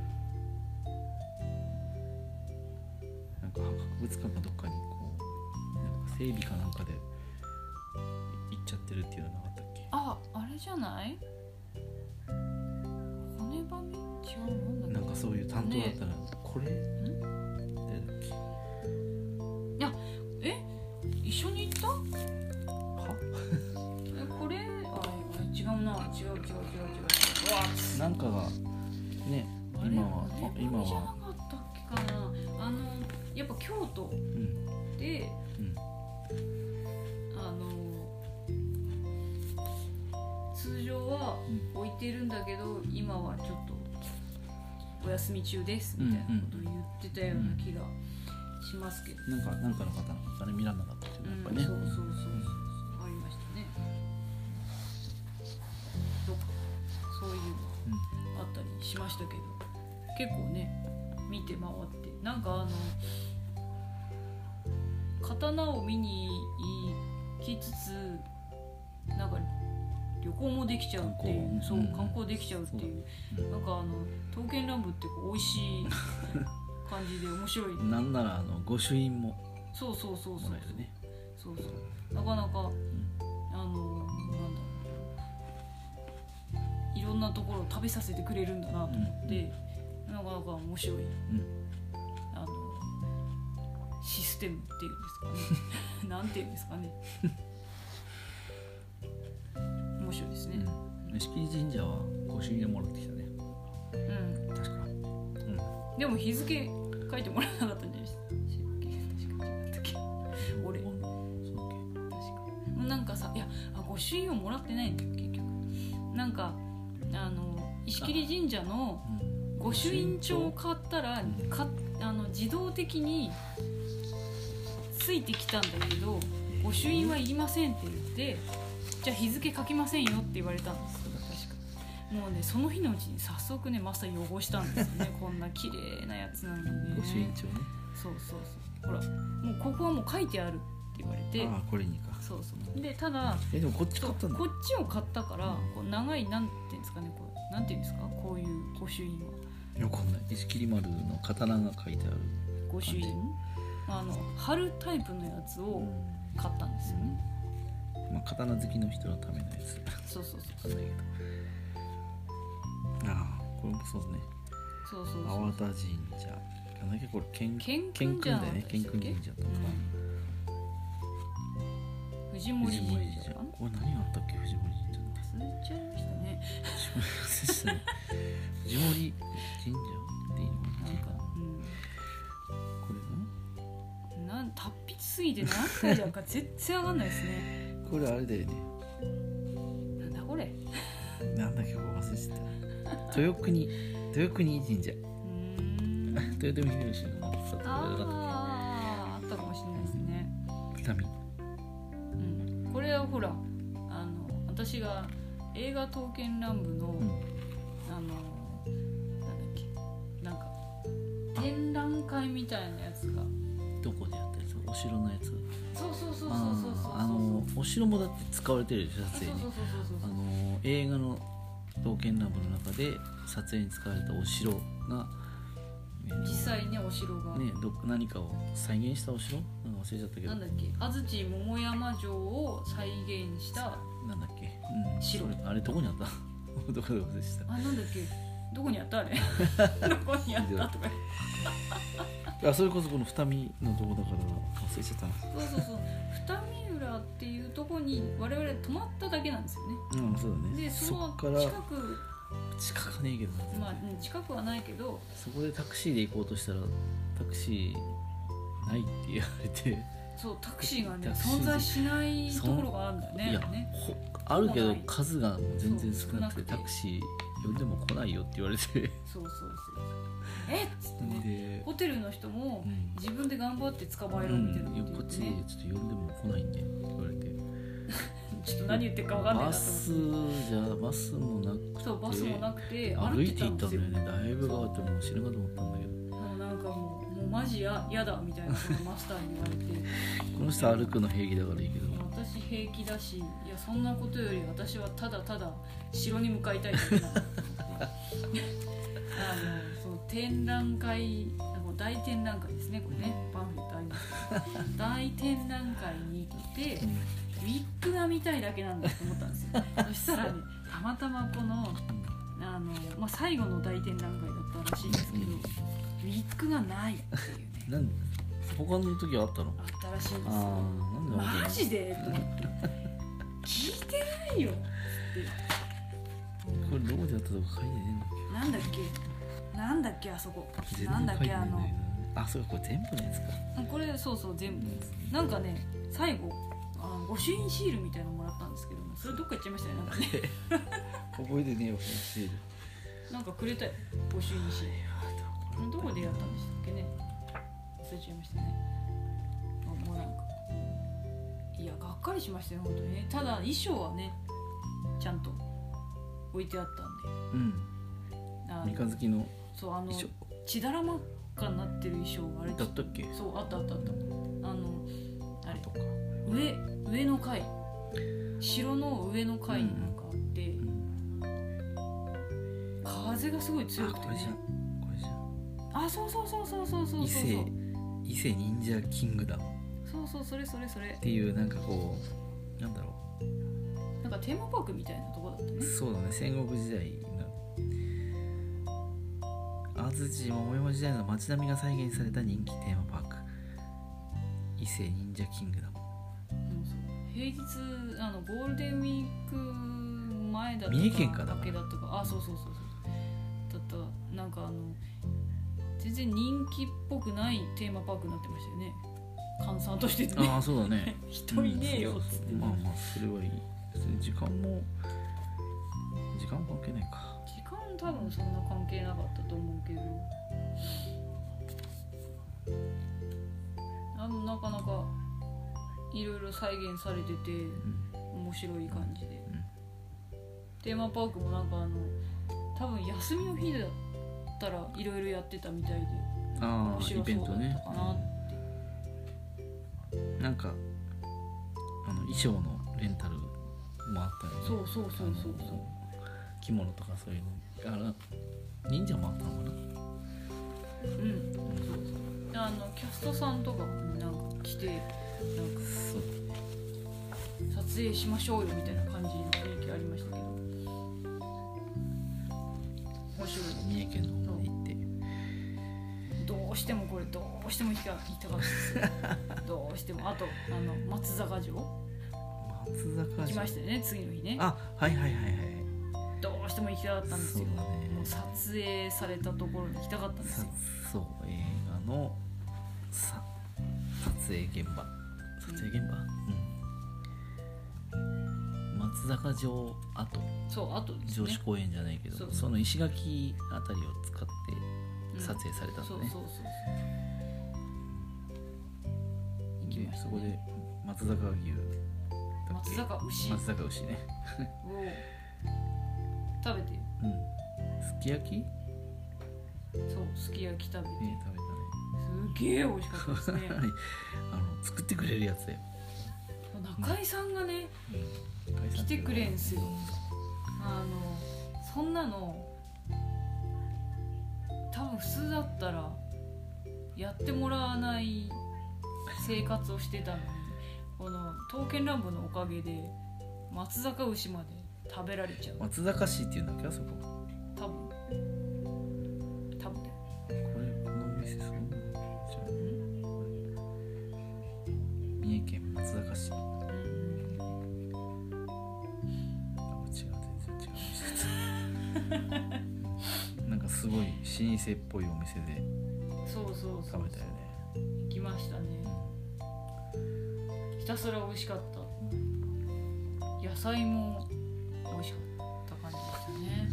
なんか博物館かどっかにこうなんか整備かなんかで行っちゃってるっていうのなかったっけ？ あ、あれじゃない？骨ばみ？違う、なんだっけ？ なんかそういう担当だったら、ね、これん？ 誰だっけ？ いや、え？一緒に行った？ は？ え、これ？あ、違うな、違う違う違う違う違う。わっ、 なんかがね、今はあれ、 今じゃなはかったっけかな。あのやっぱ京都うんで、 うんあの通常は置いてるんだけど、今はちょっとお休み中ですみたいなことを言ってたような気がしますけど、 なんかなんかの方あれ見らんなかったっていうのうん、 やっぱね、 そうそうそうそうありましたね。どっかそういうのあったりしましたけど、結構ね見て回ってなんかあの刀を見に行きつつなんか旅行もできちゃうっていう、 観光そう、 うん観光できちゃうっていう、 うんなんかあの刀剣乱舞ってこう美味しい感じで面白いなんならあの御朱印もそうそうそうそうもらえるね。 そうそうなかなか、あのなんだろういろんなところを食べさせてくれるんだなと思って、なかなか面白い、 うんあのシステムっていうんですかねなんていうんですかね面白いですね。 うん、敷地神社は御朱印でもらってきたね。 うん、 確か。うん。 でも日付書いてもらわなかったんじゃないですか。確か違ったっけ俺そうだっけ。 確かなんかさ、いやあ御朱印をもらってないんだよ結局。なんかあの石切神社の御朱印帳を買ったらかあの自動的についてきたんだけど、御朱印はいりませんって言って、じゃあ日付書きませんよって言われたんですよ確か。もうねその日のうちに早速ねマスター汚したんですよねこんな綺麗なやつなのにね。 御朱印帳ね。 そうそうそう、ほらもうここはもう書いてあるって言われて、 ああこれにか。 そうそうでただえでもこっち買ったんだ。 こっちを買ったからこう長いなんていうんですかね、こうなんていうんですかこういう御朱印はよくわかんない。石切丸の刀が書いてある。 御朱印あの貼るタイプのやつを買ったんですよね。 まあ刀好きの人のためのやつ。 そうそうそうだけど。ああこれもそうですね。 そうそうそう粟田神社。なんだっけこれ健健健君じゃなか君だよね。健ったでしたっけ君神社とか。 うん、藤森神社かな。 これ何があったっけ藤森神社って。 忘れちゃいましたね。 藤森神社っていいのかな。 なんか、 これうん、なん達筆すぎて何回だか全然わかんないですね。 なこれあれだよね。 なんだこれ。 なんだっけこれ忘れてた。豊国豊国神社。 うーん豊臣秀吉のさあーあったかもしれないですね。 民。 うん、これはほらあの私が映画刀剣乱舞の、 うんあのなんだっけなんか展覧会みたいなやつがどこでやったやつ？お城のやつ。 そうそうそうそうそうそうそうあのお城もだって使われてるでしょ撮影に。 そうそうそうそうそうあの映画の刀剣乱舞の中で撮影に使われたお城が、えー実際ねお城が、 ねど何かを再現したお城なんか忘れちゃったけど。 なんだっけ安土桃山城を再現したなんだっけ、うん、 城それあれどこにあったどこで忘れてた。 あなんだっけどこにあったあれどこにあったとかあそれこそこの二見のとこだから忘れちゃったな。 そうそうそう二見浦っていうとこに我々泊まっただけなんですよね。 うんそうだね。 でそのそっから近く近くねえけどな、 まあうん近くはないけどそこでタクシーで行こうとしたらタクシーないって言われて、 そうタクシーがねタクシー存在しないところがあるんだよね。 いやねほあるけど数が全然少なくてそう少なくてタクシー呼んでも来ないよって言われてそうそうそうえっつってねで、 ホテルの人もうん自分で頑張って捕まえろうんみたいなこといやこっちで言ってね、 ちょっと呼んでも来ないんでって言われて、 ちょっと何言ってるか分かんないなとバス思ってじゃバスもなくてそうバスもなくて歩歩いていて行ったんたんですよ。 だよね。だいぶ変わってもう死ぬかと思ったんだけど、 もうなんかもうもうマジややだみたいなことをマスターに言われてこの人歩くの平気だからいいけど私平平気だし、いやそんなことより私はただただ城に向かいたいだけだなと思ってあのそう展覧会、大展覧会ですね、これね、パンフレットありますけど大展覧会に行ってウィッグが見たいだけなんだと思ったんですよそしたらね、たまたまこのあの、まあ、最後の大展覧会だったらしいんですけど、ウィッグがないっていうね。 なん他の時はあったの？ あったらしいんですよ。 あなんでマジでと思って聞いてないよってこれどこでやったとか書いてねえんだっなんだっけなんだっけあそこけ？ なんだっけあのあ、そうか、これ全部のやつか。 これそうそう全部のやつなんかね、最後あの御朱印シールみたいなのもらったんですけども、それどっか行っちゃいましたね、なんかね覚えてねえよ、シール。 なんかくれたよ、御朱印シール。どこでやったんでしたっけね、忘れちゃいましたね。あもうなんかいやがっかりしましたよ本当にね。ただ衣装はねちゃんと置いてあったんで、 うん、 あ三日月のそうあの衣装血だら真っ赤になってる衣装あれだったっけ？ そうあったあったあったあのあれとか上上の階、城の上の階になんかあって、 うん、 風がすごい強くてね。 これじゃんあ、そうそうそうそうそうそうそう伊勢伊勢忍者キングダムそうそうそれそれそれっていうなんかこうなんだろうなんかテーマパークみたいなとこだったね。 そうだね、戦国時代の安土桃山時代の街並みが再現された人気テーマパーク伊勢忍者キングダム。 うんそう平日あのゴールデンウィーク前だったか三重県かだから明けだったかあそうそうそうそうだったなんかあの全然人気っぽくないテーマパークになってましたよね、閑散としててね。 ああそうだね人いねえよっつって、 うん、まあまあそれはいい。時間も時間関係ないか。 時間多分そんな関係なかったと思うけど、あのなかなかいろいろ再現されてて、うん、面白い感じで、うん、テーマパークもなんかあの多分休みの日だったらいろいろやってたみたいで面白そうだったかなって、 ね、なんかあの衣装のレンタルもあったよね。 そうそうそうそうそう着物とかそういうのあら忍者もあったのかな。 うん、うん、そうそうあのキャストさんとかもなんか来てなんかそう撮影しましょうよみたいな感じの雰囲気ありましたけど面白い。 三重県の方に行ってどうしてもこれどうしても行きたかったですどうしてもあとあの松坂城松坂城来ましたよね次の日ね。 あはいはいはいはいどうしても行きたかったんですよ。 そうだね、 もう撮影されたところに行きたかったんですよ。 そう映画のさ撮影現場撮影現場、うんうん、松坂城跡そう跡ですね城址公園じゃないけど そ, その石垣あたりを使って撮影されたのね、 うん、そうそうそう行きました、ね、そこで松坂牛松坂牛松坂牛ねを食べて、 うん、すき焼きそうすき焼き食べて、 ね、食べたね。 すげえ美味しかったですねあの作ってくれるやつだよ。 中井さんがね、 うん、 来てくれんすよ。あのそんなの多分普通だったらやってもらわない生活をしてたのにこの刀剣乱舞のおかげで松坂牛まで食べられちゃう。 松坂市っていうんだっけあそこ。 多分多分これこのお店そうなんじゃん。三重県松坂市。うん、あ違う全然違う店なんかすごい老舗っぽいお店でそうそうそう食べたよね。 行きましたね。ひたすら美味しかった。野菜も美味しかった感じでしたね。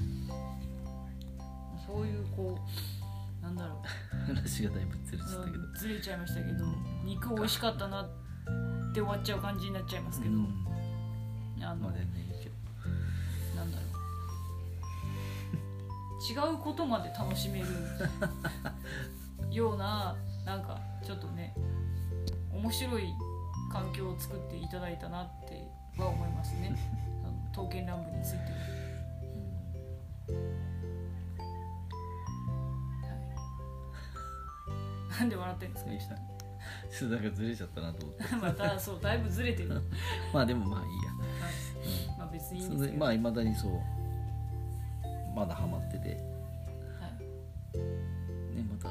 そういうこうなんだろう話がだいぶずれちゃったけどずれちゃいましたけど、肉美味しかったなって終わっちゃう感じになっちゃいますけど、うん、あの、まあ、全然いいけどなんだろう違うことまで楽しめるようななんかちょっとね面白い環境を作っていただいたなっては思いますねあの刀剣乱舞については、はい、なんで笑ってるんですかちょっとなんかずれちゃったなと思ってまたそうだいぶずれてるまあでもまあいいや、 はい、まあ別にいいんですけど、 まあいまだにそうまだハマってて、はいね、また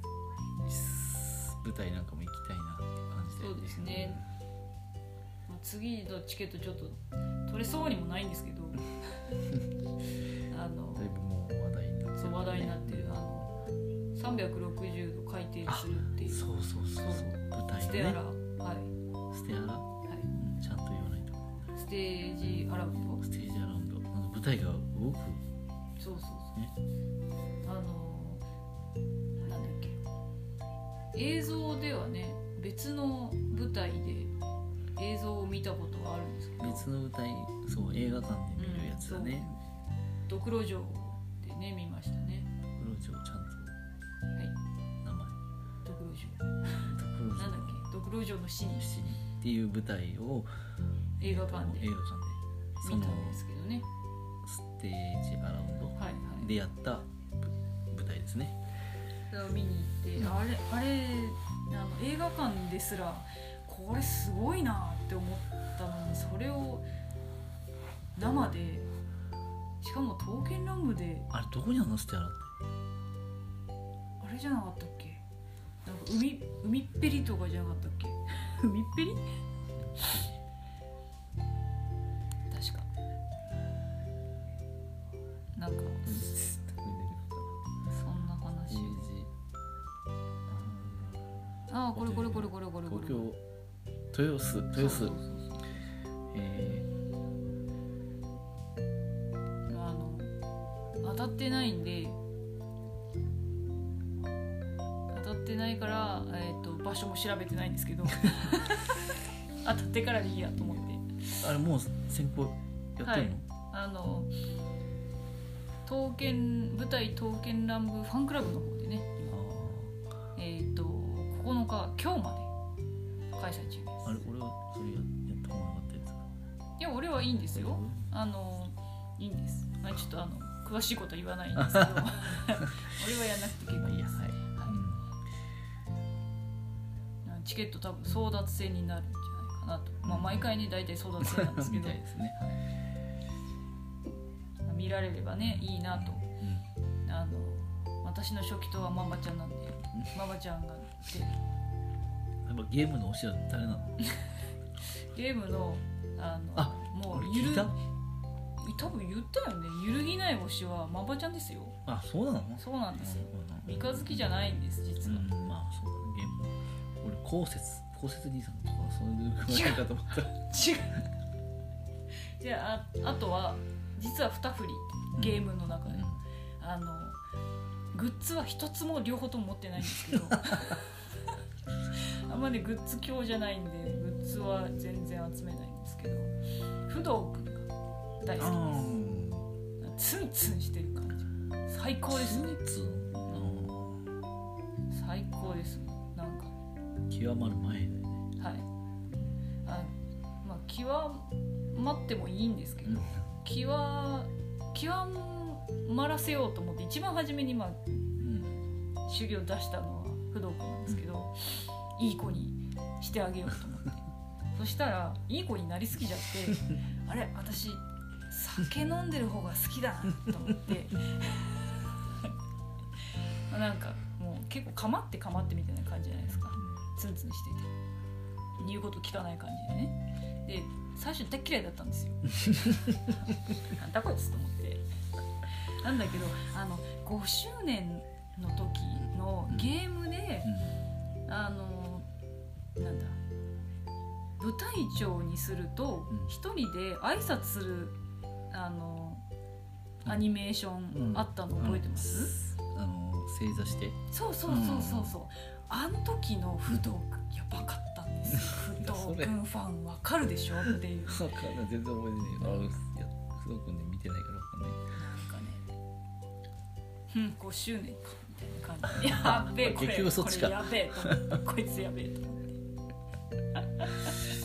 舞台なんかも行きたいなって感じで、 そうですね、まあ、次のチケットちょっと取れそうにもないんですけどあのだいぶもう話題になってる、ね、 そう話題になってるあのさんびゃくろくじゅうど回転するっていう、 そうそうそうそう舞台ね、 ステアラ、はい、 ステアラ、はい、うん、ちゃんと言わないと、 ステージアラウンド、 ステージアラウンド、あの舞台が動く、 そうそうそう、 ね、 あのなんだっけ、映像ではね別の舞台で映像を見たことはあるんですけど、 別の舞台、そう映画館で見るやつだね、 うん、ドクロ城でね見ましたね、 ドクロ城ちゃんと、 はい、 名前ドクロ城ドクロ城なんだっけ、ドクロ城の死にっていう舞台を映画館で映画館で見たんですけどね、 ステージアラウンドでやった舞台ですね。 それを見に行って、うん、あれあれあの映画館ですらこれすごいなって思ったのに、それを生で、しかも刀剣乱舞で、 あれどこにあるのステアラって、 あれじゃなかったっけ、なんか海海っぺりとかじゃなかったっけ海っぺり確かなんかそんな話、ああこれこれこれこれこれこれ東京豊洲豊洲、えー、あの当たってないんで当たってないから、えー、と場所も調べてないんですけど当たってからでいいやと思って、 あれもう先行やってるの、はい、 あの刀剣舞台刀剣乱舞ファンクラブの方でね、えっ、ー、とここのか今日まで開催中です。 あれ俺はそれ や, やったことなかったやつ、 いや俺はいいんですよ、あのいいんです、まあ、ちょっとあの詳しいことは言わないんですけど俺はやんなくて結構いいです、はいはい、うん、チケット多分争奪戦になるんじゃないかなと、まあ、毎回ね大体争奪戦なんですけどみたいですね、はい、見られればねいいなと、うん、あの私の初期とはママちゃんなんで、うん、ママちゃんが来てゲームの推しは誰なのゲームのあのあもうゆる多分言ったよね、揺るぎない推しはママちゃんですよ。 あ、そうなの？ そうなんですよ、三日月じゃないんです実は、 うん、まあそうだね、ゲーム俺降雪降雪兄さんとかそういうのかと思った違うじゃあ、あとは実はに振りゲームの中で、うん、あのグッズは一つも両方とも持ってないんですけどあんまりグッズ強じゃないんでグッズは全然集めないんですけど、不動くんが大好きです。ツンツンしてる感じ最高ですね。 ツンツン最高です。なんか極まる前だよね。 はい、あ、まあ極まってもいいんですけど、うん、極極まらせようと思って一番初めに、まあうん、修行出したのは不動くんなんですけど、うん、いい子にしてあげようと思ってそしたらいい子になりすぎちゃってあれ私酒飲んでる方が好きだなと思ってなんかもう結構かまってかまってみたいな感じじゃないですか。ツンツンしてて言うこと聞かない感じでね。で最初大嫌いだったんですよなんだこいつと思ってなんだけどあのごしゅうねんの時のゲームで、うん、あのなんだ舞台長にすると一、うん、人で挨拶するあのアニメーションあったの覚えてます？ うんうん、あの正座してそうそうそうそうそう、うん、あの時の不動君やばかったんです不動君ファンわかるでしょっていう分かんない全然覚えてないあいや不動君で見てないから分かんないなんかねうんごしゅうねんかみたいな感じやべえこれ結局そっちかこれやべえと思ってこいつやべえと思って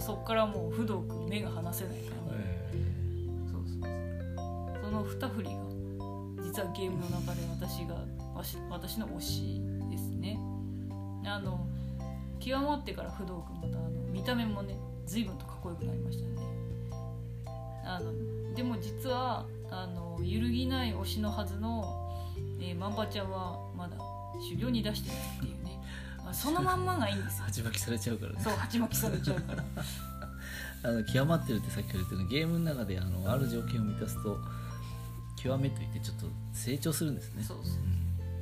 そっからもう不動君目が離せないからね、えー、そうそうそうその二振りが実はゲームの中で私が私の推しですね。あの極まってから不動君またあの見た目もね随分とかっこよくなりましたね。あのでも実はあの揺るぎない推しのはずの、えー、マンバちゃんはまだ修行に出してないっていうね、まあ、そのまんまがいいんですよ。 鉢巻きされちゃうからね。 そう鉢巻きされちゃうからあの極まってるってさっきから言ったようにゲームの中であのある条件を満たすと極めといってちょっと成長するんですね。 そうそう、うん、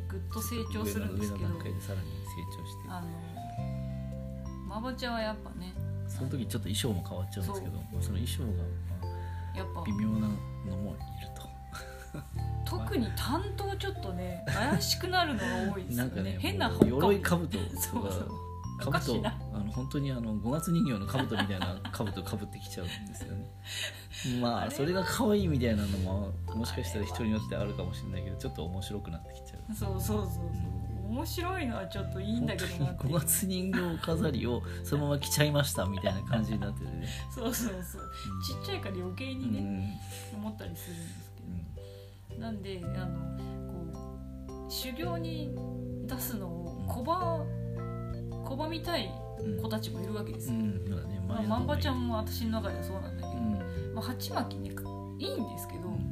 ぐっと成長するんですけど、 上の段階でさらに成長して、 あのマバちゃんはやっぱねその時ちょっと衣装も変わっちゃうんですけど、 そ, まあ、その衣装が、まあ、 やっぱ微妙なのもいると特に担当ちょっとね怪しくなるのが多いですよね。なんかね変な鎧兜とかそうそう兜あの本当にあのごがつ人形の兜みたいな兜かぶってきちゃうんですよねまあそれが可愛いみたいなのももしかしたら人によってあるかもしれないけどちょっと面白くなってきちゃう。 そうそうそうそう、うん、面白いのはちょっといいんだけどなってごがつ人形飾りをそのまま着ちゃいましたみたいな感じになってるねそうそうそう、うん、ちっちゃいから余計にね、うん、思ったりするんですけど、うん、なんであのこう修行に出すのを拒、拒みたい子たちもいるわけですよ、うんうんねまあ、マンバちゃんも私の中ではそうなんだけど、うんまあ、鉢巻きねいいんですけど、うん、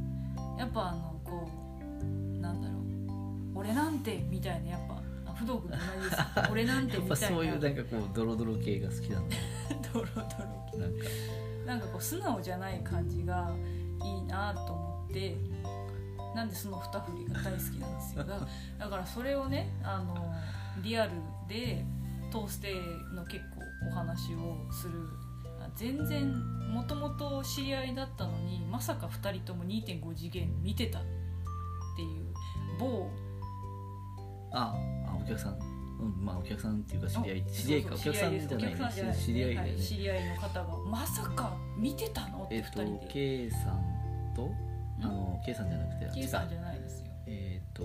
やっぱあのこうなんだろう俺なんてみたいなやっぱ不動君と同じです俺なんてみたいなやっぱそういうなんかこうドロドロ系が好きなんだドロドロ系なんかなんかこう素直じゃない感じがいいなと思ってなんでその二振りが大好きなんですよだ, だからそれをねあのリアルで通しての結構お話をする全然もともと知り合いだったのにまさかふたりとも にてんご 次元見てたっていう某ああお客さん、うん、まあお客さんっていうか知り合い知り合いかお客さんじゃないです知り合いで、ねはい、 知り合いの方がまさか見てたのってふたりで、 えっと K さんとあの K さんじゃなくて K さんじゃないですよえっと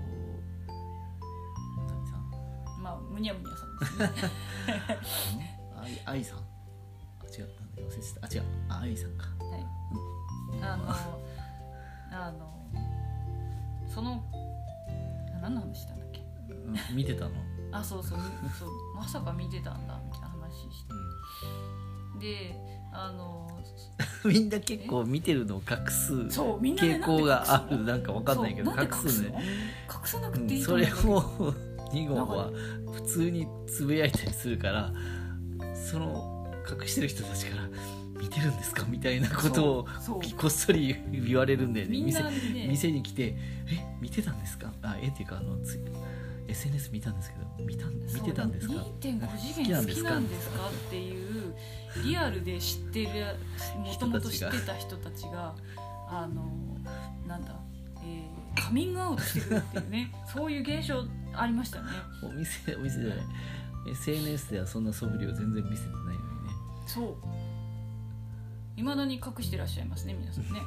まあむにゃむにゃさんですねあいさんあ違う忘れてたあ違うああいさんかはい、 うん、あのあのその何の話したんだっけ、 うん、見てたのあそうそうそうまさか見てたんだみたいな話して、うん、であのみんな結構見てるのを隠す傾向があるなんかわかんないけど隠すね隠さなくていいと思うんだけど、うん、それをに号は普通につぶやいたりするからその隠してる人たちから見てるんですかみたいなことをこっそり言われるんだよね。 みんなね店, 店に来てえ見てたんですかあえっていうかあのつ エスエヌエス 見たんですけど 見, た見てたんですかにてんご 次元好きなんですかっていうリアルで知ってるもともと知ってた人たちがあのなんだ、えー、カミングアウトしてくるっていうねそういう現象ありましたね。 お店お店じゃない エスエヌエス ではそんな素振りを全然見せてないのにね。 そう未だに隠してらっしゃいますね皆さんね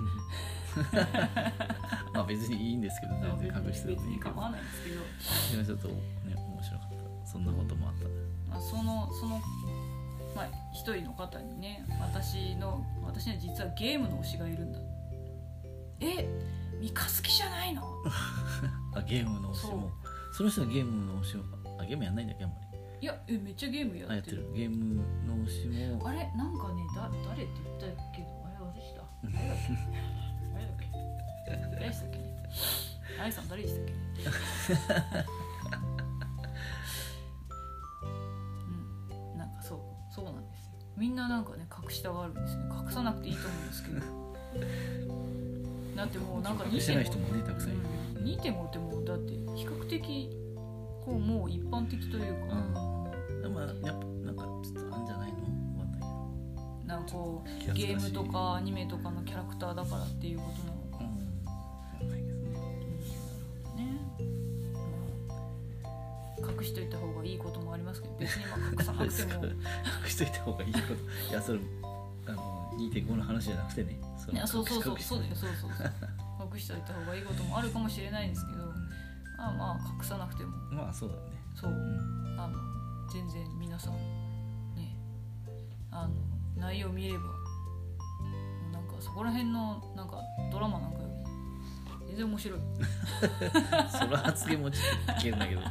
まあ別にいいんですけど全然隠してもいいけど構わないんですけど今ちょっとね面白かったそんなこともあった、 まあ、そのそのまあ一人の方にね私の私には実はゲームの推しがいるんだえ三日月じゃないのあゲームの推しも そ, その人はゲームの推しもあゲームやんないんだっけあんまりいやえめっちゃゲームやってる。 あやってるゲームの推しもあれなんかねだ誰って言ったけどあれ忘れした誰だっけ誰だっけ誰でしたっけあやさん誰でしたっけうんなんかそうそうなんですよみんななんかね隠したがるんですね隠さなくていいと思うんですけどだってもうなんか隠してない人もねたくさんいる、 うん、にてんご ってもうだって比較的こうもう一般的というか、 うん、でもやっぱなんかちょっとあんじゃないのわかんないけどなんかこうゲームとかアニメとかのキャラクターだからっていうことなのか、 うん、ないですね、 うん、ね、まあ、隠しといた方がいいこともありますけど別にまあ隠さなくても隠しといた方がいいこといやそれあの にてんご の話じゃなくてねそのそうそうそうそうだよそうそうそう隠しといた方がいいこともあるかもしれないんですけどまあまあ隠さなくてもまあそうだねそう、うん、あの全然皆さんねあの内容見ればなんかそこら辺のなんかドラマなんかより全然面白いその発言もちょっと危険だけどま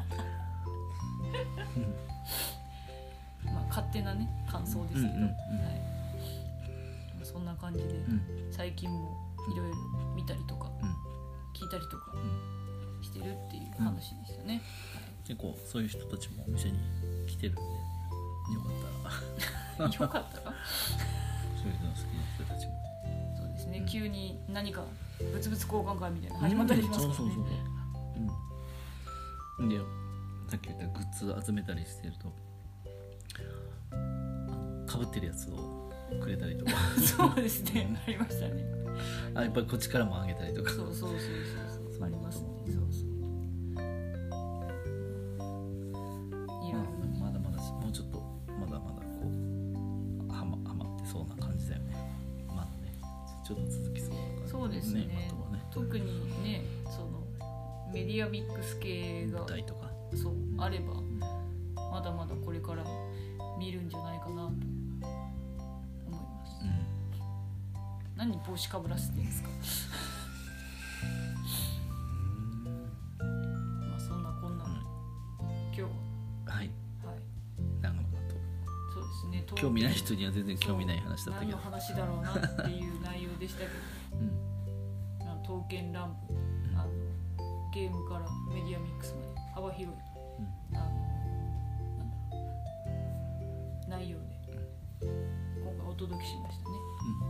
あ勝手なね感想ですけど、うんうんうん、はい、そんな感じで、うん、最近もいろいろ見たりとか、うん、聞いたりとかしてるっていう話でしたね、うんはい、 結構そういう人たちもお店に来てるんでよかったらよかったらそういうの好きな人たちもそうですね、うん、急に何かブツブツ交換会みたいな始まったりしますからね、うん、そうそうそう、 うん、でさっき言ったグッズ集めたりしてるとかぶってるやつをくれたりとかそうですね、ありましたね。 あやっぱりこっちからもあげたりとかそうそうそうそうそうありますね。そうそういろいろ、 まあ、まだまだもうちょっとまだまだこうはまはまってそうな感じだよね。まだねちょっと続きそうな感じ、ね、 そうですね、 ね、あとはね特にねそのメディアミックス系が舞台とかそうあれば、うん、まだまだこれから見るんじゃないかなと思います、うん、何帽子かぶらせてるんですかまあそんなこんな、うん、今日ははい、はい、長野だとそうですね興味ない人には全然興味ない話だったけど何の話だろうなっていう内容でしたけど、うん、あの刀剣乱舞、うん、あのゲームからメディアミックスまで幅広い、うん、あのなんだ内容で、うん、今回お届けしましたね、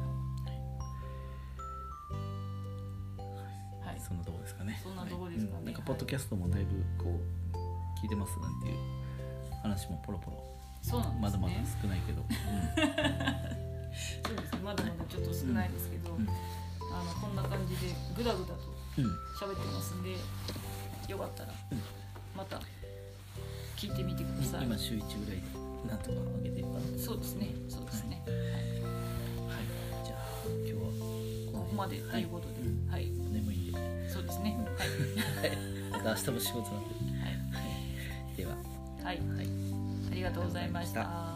うんはいはい、そんなとこですかねそんなとこですかね、はい、 なんかポッドキャストもだいぶこう聞いてますなんていう話もポロポロそうなんですね、 まだまだ少ないけど、うん、 そうですねまだまだちょっと少ないですけど、うん、あのこんな感じでグダグダと喋ってますんで、うん、よかったらまた聞いてみてください。 今週いちぐらいでなんとか上げてるかな。 そうですねそうですね、はい、 はい、じゃあ今日はここまでということで、はい、はい、 眠いんでそうですね、うん、はいまた明日も仕事なんで、 はい、 でははい、はい、ありがとうございました。